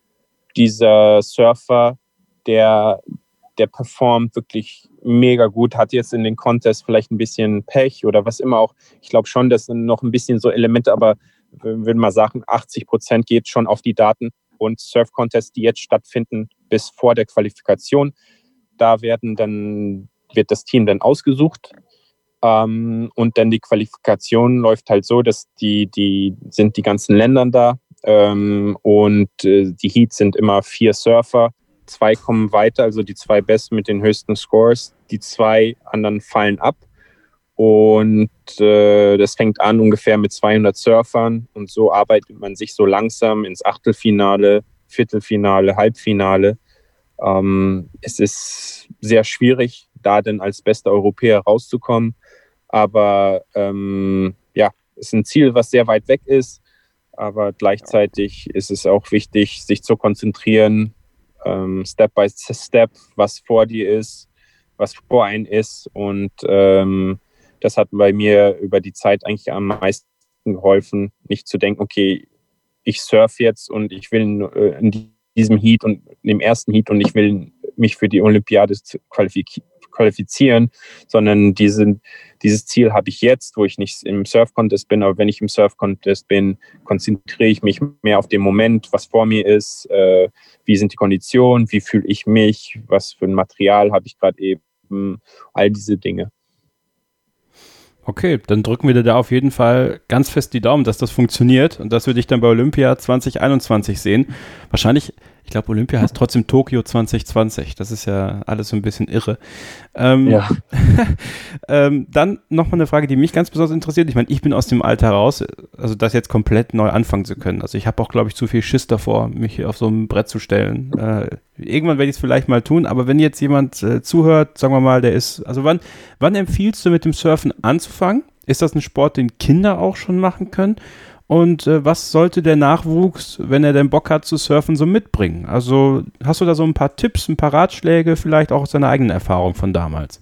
Surfer, der performt wirklich mega gut, hat jetzt in den Contests vielleicht ein bisschen Pech oder was immer auch. Ich glaube schon, das sind noch ein bisschen so Elemente, aber ich würde mal sagen, 80% geht schon auf die Daten und Surf-Contests, die jetzt stattfinden bis vor der Qualifikation, da wird das Team dann ausgesucht und dann die Qualifikation läuft halt so, dass die ganzen Länder da und die Heats sind immer 4 Surfer. 2 kommen weiter, also die 2 Besten mit den höchsten Scores. Die 2 anderen fallen ab. Und das fängt an ungefähr mit 200 Surfern. Und so arbeitet man sich so langsam ins Achtelfinale, Viertelfinale, Halbfinale. Es ist sehr schwierig, da dann als bester Europäer rauszukommen. Aber es ist ein Ziel, was sehr weit weg ist. Aber gleichzeitig ist es auch wichtig, sich zu konzentrieren, Step by Step, was vor dir ist, was vor einem ist. Und das hat bei mir über die Zeit eigentlich am meisten geholfen, nicht zu denken, okay, ich surfe jetzt und ich will in diesem Heat und im ersten Heat und ich will mich für die Olympiade qualifizieren, sondern dieses Ziel habe ich jetzt, wo ich nicht im Surf-Contest bin, aber wenn ich im Surf-Contest bin, konzentriere ich mich mehr auf den Moment, was vor mir ist, wie sind die Konditionen, wie fühle ich mich, was für ein Material habe ich gerade eben, all diese Dinge. Okay, dann drücken wir dir da auf jeden Fall ganz fest die Daumen, dass das funktioniert und dass wir dich dann bei Olympia 2021 sehen. Wahrscheinlich, ich glaube, Olympia heißt trotzdem Tokio 2020. Das ist ja alles so ein bisschen irre. Dann nochmal eine Frage, die mich ganz besonders interessiert. Ich meine, ich bin aus dem Alter raus, also das jetzt komplett neu anfangen zu können. Also ich habe auch, glaube ich, zu viel Schiss davor, mich hier auf so ein Brett zu stellen. Irgendwann werde ich es vielleicht mal tun, aber wenn jetzt jemand zuhört, sagen wir mal, der ist, also wann empfiehlst du mit dem Surfen anzufangen? Ist das ein Sport, den Kinder auch schon machen können? Und was sollte der Nachwuchs, wenn er denn Bock hat zu surfen, so mitbringen? Also hast du da so ein paar Tipps, ein paar Ratschläge, vielleicht auch aus deiner eigenen Erfahrung von damals?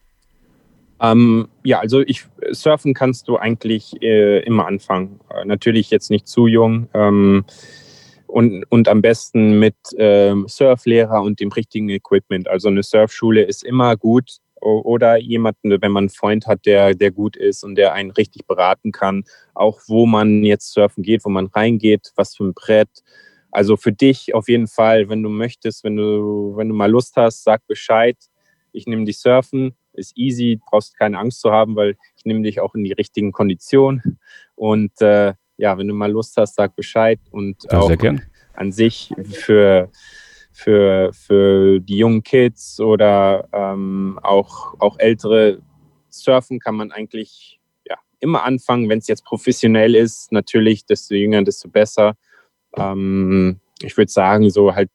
Also surfen kannst du eigentlich immer anfangen. Natürlich jetzt nicht zu jung und am besten mit Surflehrer und dem richtigen Equipment. Also eine Surfschule ist immer gut. Oder jemanden, wenn man einen Freund hat, der gut ist und der einen richtig beraten kann, auch wo man jetzt surfen geht, wo man reingeht, was für ein Brett. Also für dich auf jeden Fall, wenn du möchtest, wenn du mal Lust hast, sag Bescheid. Ich nehme dich surfen, ist easy, brauchst keine Angst zu haben, weil ich nehme dich auch in die richtigen Konditionen. Und wenn du mal Lust hast, sag Bescheid. Und ja, auch an sich für die jungen Kids oder auch ältere Surfen kann man eigentlich immer anfangen, wenn es jetzt professionell ist. Natürlich, desto jünger, desto besser. Ich würde sagen, so halt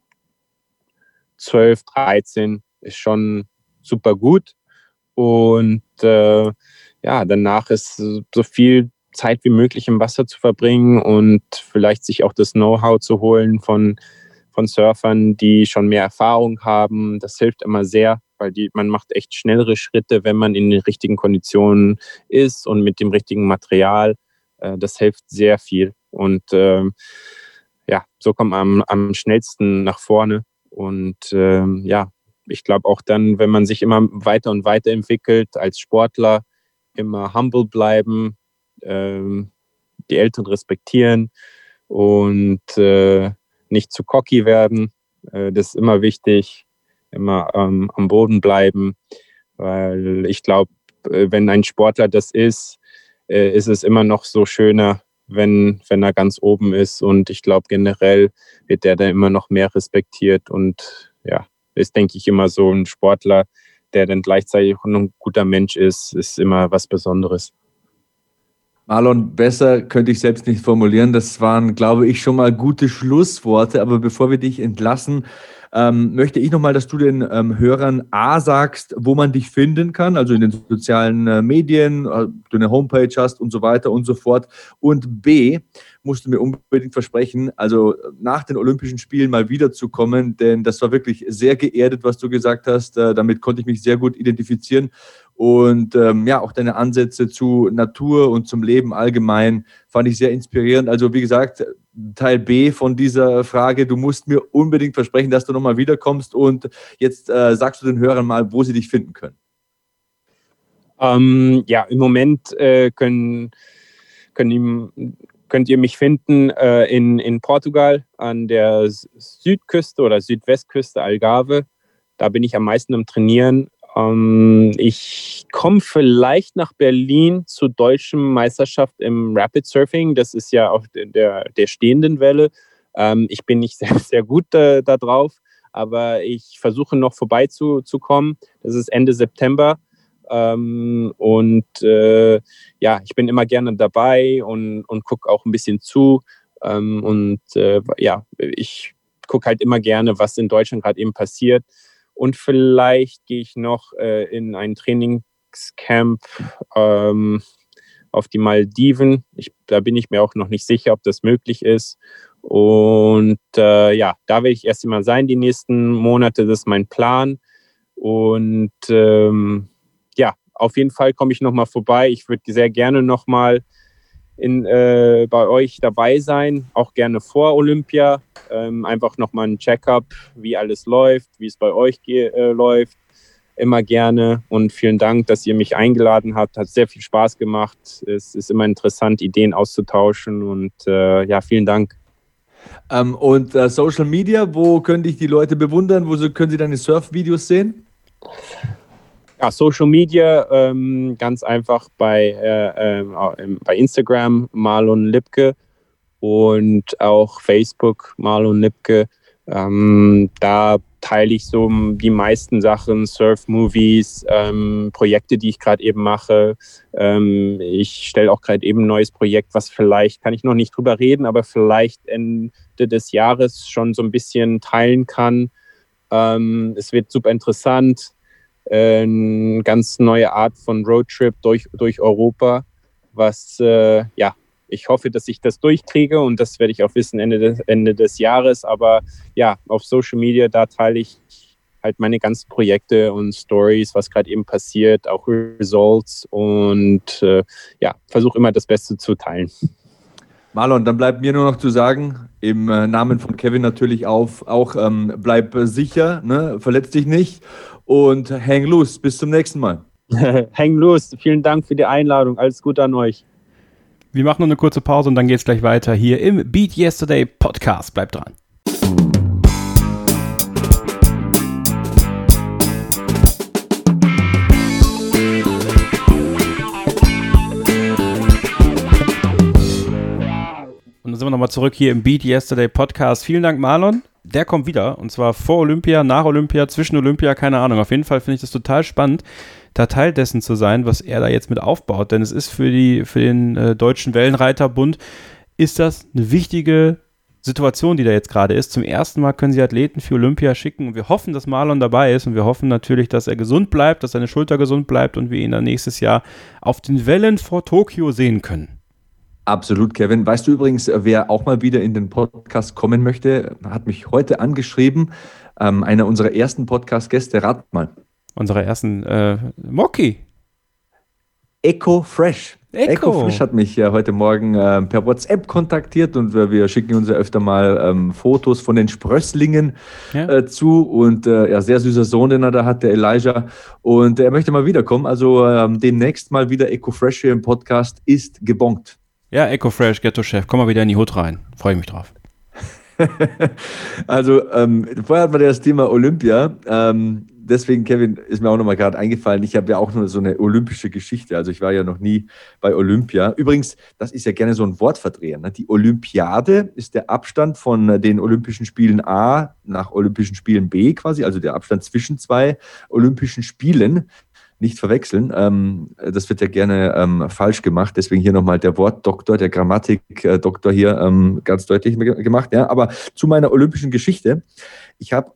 12, 13 ist schon super gut. Und danach ist so viel Zeit wie möglich im Wasser zu verbringen und vielleicht sich auch das Know-how zu holen von Surfern, die schon mehr Erfahrung haben. Das hilft immer sehr, weil man macht echt schnellere Schritte, wenn man in den richtigen Konditionen ist und mit dem richtigen Material. Das hilft sehr viel. Und so kommt man am schnellsten nach vorne. Und ich glaube auch dann, wenn man sich immer weiter und weiter entwickelt als Sportler, immer humble bleiben, die Älteren respektieren und nicht zu cocky werden. Das ist immer wichtig. Immer am Boden bleiben. Weil ich glaube, wenn ein Sportler das ist es immer noch so schöner, wenn er ganz oben ist. Und ich glaube, generell wird der da immer noch mehr respektiert. Und ja, ist, denke ich, immer so ein Sportler, der dann gleichzeitig auch ein guter Mensch ist immer was Besonderes. Marlon, besser könnte ich selbst nicht formulieren. Das waren, glaube ich, schon mal gute Schlussworte. Aber bevor wir dich entlassen, möchte ich nochmal, dass du den Hörern A sagst, wo man dich finden kann, also in den sozialen Medien, du eine Homepage hast und so weiter und so fort. Und B, musst du mir unbedingt versprechen, also nach den Olympischen Spielen mal wiederzukommen, denn das war wirklich sehr geerdet, was du gesagt hast. Damit konnte ich mich sehr gut identifizieren. Und auch deine Ansätze zu Natur und zum Leben allgemein fand ich sehr inspirierend. Also wie gesagt, Teil B von dieser Frage, du musst mir unbedingt versprechen, dass du nochmal wiederkommst. Und jetzt sagst du den Hörern mal, wo sie dich finden können. Im Moment könnt ihr mich finden in Portugal an der Südküste oder Südwestküste Algarve. Da bin ich am meisten am Trainieren. Ich komme vielleicht nach Berlin zur deutschen Meisterschaft im Rapid Surfing. Das ist ja auf der stehenden Welle. Ich bin nicht sehr, sehr gut da drauf, aber ich versuche noch vorbeizukommen. Das ist Ende September. Ich bin immer gerne dabei und gucke auch ein bisschen zu. Ich gucke halt immer gerne, was in Deutschland gerade eben passiert. Und vielleicht gehe ich noch in ein Trainingscamp auf die Malediven. Da bin ich mir auch noch nicht sicher, ob das möglich ist. Und da werde ich erst mal sein die nächsten Monate. Das ist mein Plan. Und auf jeden Fall komme ich nochmal vorbei. Ich würde sehr gerne nochmal bei euch dabei sein, auch gerne vor Olympia. Einfach nochmal ein Check-up, wie alles läuft, wie es bei euch läuft. Immer gerne und vielen Dank, dass ihr mich eingeladen habt. Hat sehr viel Spaß gemacht. Es ist immer interessant, Ideen auszutauschen und vielen Dank. Und Social Media, wo können dich die Leute bewundern? Wo können sie deine Surf-Videos sehen? Ja, Social Media, ganz einfach bei Instagram Marlon Lipke und auch Facebook Marlon Lipke. Da teile ich so die meisten Sachen, Surf-Movies, Projekte, die ich gerade eben mache. Ich stelle auch gerade eben ein neues Projekt, was vielleicht, kann ich noch nicht drüber reden, aber vielleicht Ende des Jahres schon so ein bisschen teilen kann. Es wird super interessant. Eine ganz neue Art von Roadtrip durch Europa, was ich hoffe, dass ich das durchkriege und das werde ich auch wissen Ende des Jahres, aber ja, auf Social Media, da teile ich halt meine ganzen Projekte und Stories, was gerade eben passiert, auch Results und versuche immer das Beste zu teilen. Marlon, dann bleibt mir nur noch zu sagen, im Namen von Kevin natürlich auch bleib sicher, ne? Verletz dich nicht und hang loose. Bis zum nächsten Mal. Hang loose. Vielen Dank für die Einladung. Alles Gute an euch. Wir machen noch eine kurze Pause und dann geht's gleich weiter hier im Beat Yesterday Podcast. Bleibt dran. Und dann sind wir nochmal zurück hier im Beat Yesterday Podcast. Vielen Dank, Marlon. Der kommt wieder und zwar vor Olympia, nach Olympia, zwischen Olympia, keine Ahnung. Auf jeden Fall finde ich das total spannend, da Teil dessen zu sein, was er da jetzt mit aufbaut. Denn es ist für den Deutschen Wellenreiterbund ist das eine wichtige Situation, die da jetzt gerade ist. Zum ersten Mal können sie Athleten für Olympia schicken und wir hoffen, dass Marlon dabei ist und wir hoffen natürlich, dass er gesund bleibt, dass seine Schulter gesund bleibt und wir ihn dann nächstes Jahr auf den Wellen vor Tokio sehen können. Absolut, Kevin. Weißt du übrigens, wer auch mal wieder in den Podcast kommen möchte, hat mich heute angeschrieben. Einer unserer ersten Podcast-Gäste, rat mal. Unserer ersten Moki. Eco Fresh. Eco Fresh hat mich heute Morgen per WhatsApp kontaktiert und wir schicken uns ja öfter mal Fotos von den Sprösslingen zu und sehr süßer Sohn, den er da hat, der Elijah, und er möchte mal wiederkommen, also demnächst mal wieder Eco Fresh hier im Podcast ist gebongt. Ja, Eco Fresh, Ghetto-Chef, komm mal wieder in die Hut rein, freue ich mich drauf. Also vorher hatten wir das Thema Olympia. deswegen, Kevin, ist mir auch nochmal gerade eingefallen, ich habe ja auch nur so eine olympische Geschichte, also ich war ja noch nie bei Olympia. Übrigens, das ist ja gerne so ein Wortverdreher, ne? Die Olympiade ist der Abstand von den Olympischen Spielen A nach Olympischen Spielen B quasi, also der Abstand zwischen zwei Olympischen Spielen. Nicht verwechseln. Das wird ja gerne falsch gemacht. Deswegen hier nochmal der Wortdoktor, der Grammatikdoktor hier ganz deutlich gemacht. Ja. Aber zu meiner olympischen Geschichte. Ich habe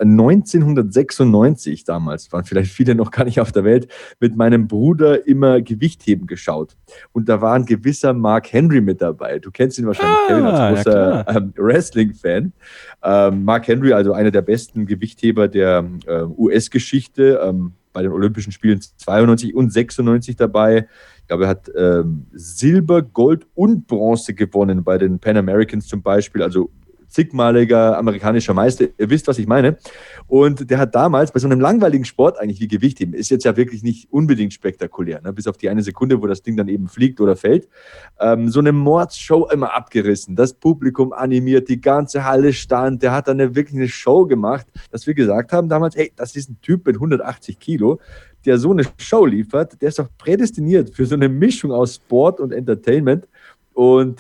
1996 damals, waren vielleicht viele noch gar nicht auf der Welt, mit meinem Bruder immer Gewichtheben geschaut. Und da war ein gewisser Mark Henry mit dabei. Du kennst ihn wahrscheinlich, Kevin, als großer Wrestling-Fan. Mark Henry, also einer der besten Gewichtheber der US-Geschichte, bei den Olympischen Spielen 92 und 96 dabei. Ich glaube, er hat Silber, Gold und Bronze gewonnen bei den Pan Americans zum Beispiel, also zigmaliger amerikanischer Meister. Ihr wisst, was ich meine. Und der hat damals bei so einem langweiligen Sport eigentlich wie Gewichtheben, ist jetzt ja wirklich nicht unbedingt spektakulär, ne? Bis auf die eine Sekunde, wo das Ding dann eben fliegt oder fällt, so eine Mordsshow immer abgerissen. Das Publikum animiert, die ganze Halle stand. Der hat dann wirklich eine Show gemacht, dass wir gesagt haben damals, hey, das ist ein Typ mit 180 Kilo, der so eine Show liefert, der ist doch prädestiniert für so eine Mischung aus Sport und Entertainment. Und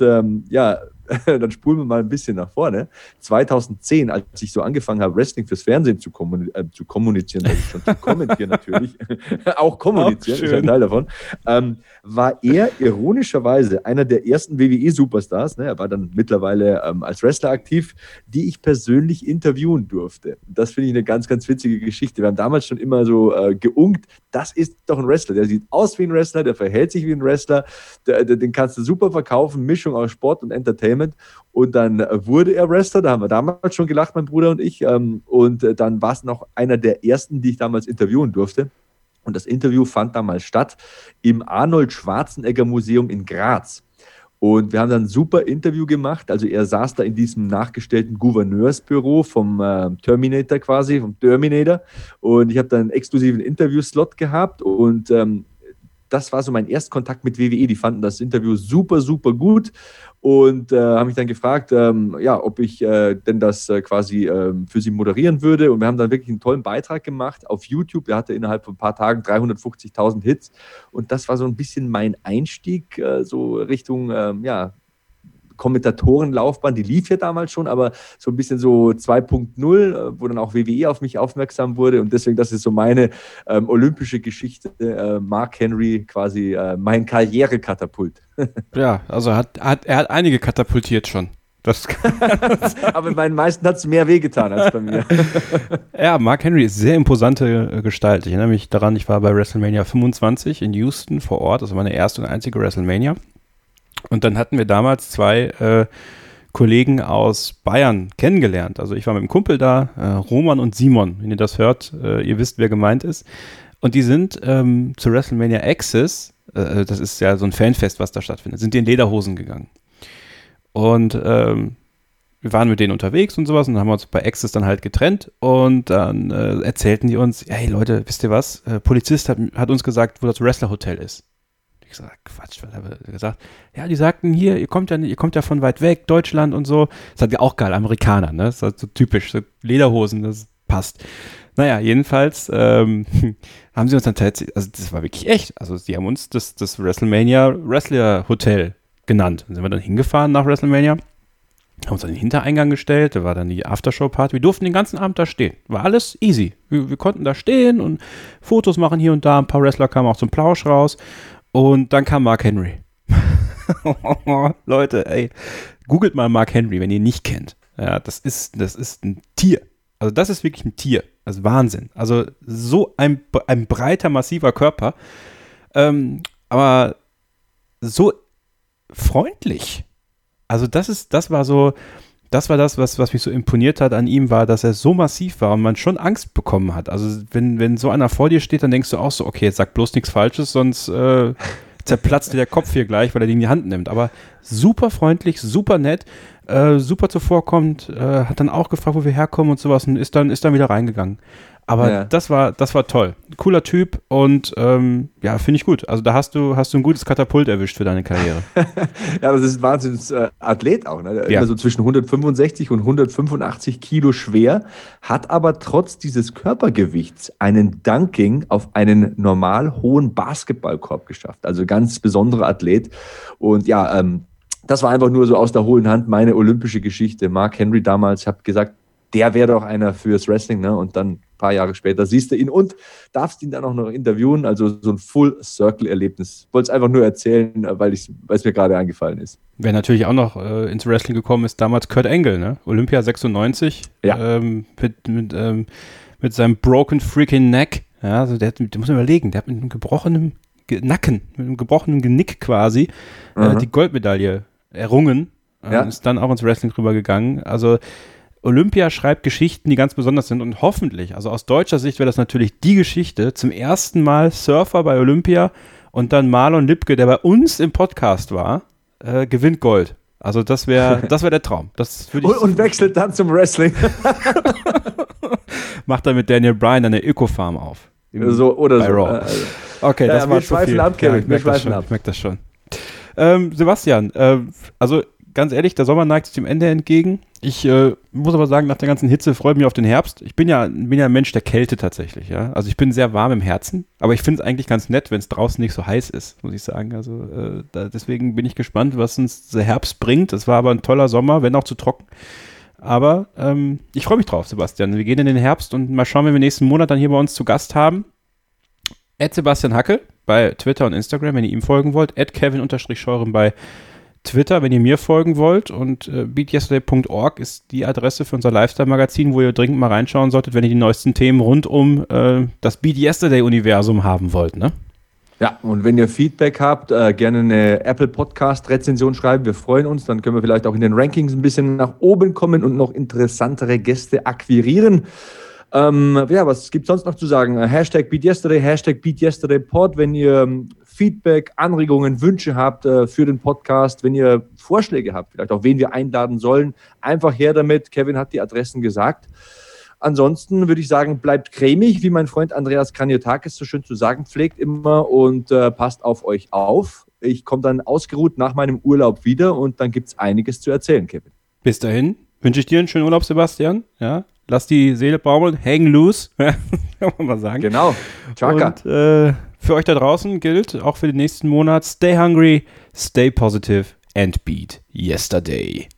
dann spulen wir mal ein bisschen nach vorne. 2010, als ich so angefangen habe, Wrestling fürs Fernsehen zu kommunizieren, also schon zu kommentieren natürlich, auch kommunizieren, ist ein Teil davon, war er ironischerweise einer der ersten WWE-Superstars, ne? Er war dann mittlerweile als Wrestler aktiv, die ich persönlich interviewen durfte. Das finde ich eine ganz, ganz witzige Geschichte. Wir haben damals schon immer so geunkt, das ist doch ein Wrestler, der sieht aus wie ein Wrestler, der verhält sich wie ein Wrestler, den kannst du super verkaufen, Mischung aus Sport und Entertainment. Und dann wurde er Wrestler, da haben wir damals schon gelacht, mein Bruder und ich. Und dann war es noch einer der ersten, die ich damals interviewen durfte. Und das Interview fand damals statt im Arnold Schwarzenegger Museum in Graz. Und wir haben dann ein super Interview gemacht. Also er saß da in diesem nachgestellten Gouverneursbüro vom Terminator quasi, vom Terminator. Und ich habe dann einen exklusiven Interviewslot gehabt und das war so mein Erstkontakt mit WWE. Die fanden das Interview super, super gut und haben mich dann gefragt, ob ich denn das quasi für sie moderieren würde. Und wir haben dann wirklich einen tollen Beitrag gemacht auf YouTube. Der hatte innerhalb von ein paar Tagen 350.000 Hits. Und das war so ein bisschen mein Einstieg so Richtung, Kommentatorenlaufbahn, die lief ja damals schon, aber so ein bisschen so 2.0, wo dann auch WWE auf mich aufmerksam wurde und deswegen, das ist so meine olympische Geschichte, Mark Henry quasi mein Karrierekatapult. Ja, also er hat einige katapultiert schon. Das aber bei den meisten hat es mehr wehgetan als bei mir. Ja, Mark Henry ist sehr imposante Gestalt. Ich erinnere mich daran, ich war bei WrestleMania 25 in Houston vor Ort, das war meine erste und einzige WrestleMania. Und dann hatten wir damals zwei Kollegen aus Bayern kennengelernt. Also ich war mit einem Kumpel da, Roman und Simon, wenn ihr das hört, ihr wisst, wer gemeint ist. Und die sind zu WrestleMania Access, das ist ja so ein Fanfest, was da stattfindet, sind die in Lederhosen gegangen. Und wir waren mit denen unterwegs und sowas und haben uns bei Access dann halt getrennt und dann erzählten die uns, hey Leute, wisst ihr was, Polizist hat uns gesagt, wo das Wrestler-Hotel ist. Ich gesagt, Quatsch, was haben wir gesagt? Ja, die sagten hier, ihr kommt ja von weit weg, Deutschland und so. Das ist halt auch geil, Amerikaner, ne? Das ist halt so typisch, so Lederhosen, das passt. Naja, jedenfalls haben sie uns dann tatsächlich, also das war wirklich echt, also die haben uns das WrestleMania Wrestler Hotel genannt. Dann sind wir dann hingefahren nach WrestleMania, haben uns an den Hintereingang gestellt, da war dann die Aftershow-Party, wir durften den ganzen Abend da stehen. War alles easy. Wir konnten da stehen und Fotos machen hier und da, ein paar Wrestler kamen auch zum Plausch raus. Und dann kam Mark Henry. Leute, ey, googelt mal Mark Henry, wenn ihr ihn nicht kennt. Ja, das ist ein Tier. Also das ist wirklich ein Tier. Also Wahnsinn. Also so ein breiter, massiver Körper. Aber so freundlich. Also das war das, was mich so imponiert hat an ihm, war, dass er so massiv war und man schon Angst bekommen hat. Also wenn so einer vor dir steht, dann denkst du auch so, okay, jetzt sag bloß nichts Falsches, sonst zerplatzt dir der Kopf hier gleich, weil er den in die Hand nimmt. Aber super freundlich, super nett, super zuvorkommend, hat dann auch gefragt, wo wir herkommen und sowas und ist dann wieder reingegangen. Aber das war toll. Cooler Typ und finde ich gut. Also da hast du ein gutes Katapult erwischt für deine Karriere. Ja, das ist ein Wahnsinns-Athlet auch. Ne? Ja. Also zwischen 165 und 185 Kilo schwer, hat aber trotz dieses Körpergewichts einen Dunking auf einen normal hohen Basketballkorb geschafft. Also ganz besonderer Athlet. Und ja, das war einfach nur so aus der hohlen Hand meine olympische Geschichte. Mark Henry damals, ich habe gesagt, der wäre doch einer fürs Wrestling, ne? Und dann ein paar Jahre später siehst du ihn und darfst ihn dann auch noch interviewen. Also so ein Full-Circle-Erlebnis. Wollte es einfach nur erzählen, weil es mir gerade eingefallen ist. Wer natürlich auch noch ins Wrestling gekommen ist, damals Kurt Angle, ne? Olympia 96, Ja. mit seinem broken freaking neck. Ja, also der muss man überlegen, der hat mit einem gebrochenen Nacken, mit einem gebrochenen Genick quasi die Goldmedaille errungen. Ist dann auch ins Wrestling rübergegangen. Also Olympia schreibt Geschichten, die ganz besonders sind und hoffentlich, also aus deutscher Sicht wäre das natürlich die Geschichte, zum ersten Mal Surfer bei Olympia und dann Marlon Lipke, der bei uns im Podcast war, gewinnt Gold. Also das wäre der Traum. Das und wechselt dann zum Wrestling. Macht dann mit Daniel Bryan eine Öko-Farm auf. So oder bei so. Raw. Okay, das war wir schweifen ab, Kevin. Ja, ich merke das schon. Sebastian, also ganz ehrlich, der Sommer neigt sich dem Ende entgegen. Ich muss aber sagen, nach der ganzen Hitze freue ich mich auf den Herbst. Ich bin ja ein Mensch der Kälte tatsächlich. Ja? Also ich bin sehr warm im Herzen, aber ich finde es eigentlich ganz nett, wenn es draußen nicht so heiß ist, muss ich sagen. Also deswegen bin ich gespannt, was uns der Herbst bringt. Es war aber ein toller Sommer, wenn auch zu trocken. Aber ich freue mich drauf, Sebastian. Wir gehen in den Herbst und mal schauen, wenn wir nächsten Monat dann hier bei uns zu Gast haben. @Sebastian Hackel bei Twitter und Instagram, wenn ihr ihm folgen wollt. @Kevin_Scheuren bei Twitter, wenn ihr mir folgen wollt. Und beatyesterday.org ist die Adresse für unser Lifestyle-Magazin, wo ihr dringend mal reinschauen solltet, wenn ihr die neuesten Themen rund um das Beat Yesterday-Universum haben wollt, ne? Ja, und wenn ihr Feedback habt, gerne eine Apple Podcast-Rezension schreiben. Wir freuen uns. Dann können wir vielleicht auch in den Rankings ein bisschen nach oben kommen und noch interessantere Gäste akquirieren. Was gibt es sonst noch zu sagen? #BeatYesterday, #BeatYesterdayPod, wenn ihr Feedback, Anregungen, Wünsche habt für den Podcast, wenn ihr Vorschläge habt, vielleicht auch wen wir einladen sollen, einfach her damit. Kevin hat die Adressen gesagt. Ansonsten würde ich sagen, bleibt cremig, wie mein Freund Andreas Kaniotakis so schön zu sagen pflegt immer, und passt auf euch auf. Ich komme dann ausgeruht nach meinem Urlaub wieder und dann gibt es einiges zu erzählen, Kevin. Bis dahin wünsche ich dir einen schönen Urlaub, Sebastian. Ja, lass die Seele baumeln, hang loose, kann man mal sagen. Genau, Chaka. Und für euch da draußen gilt auch für den nächsten Monat: Stay hungry, stay positive and beat yesterday.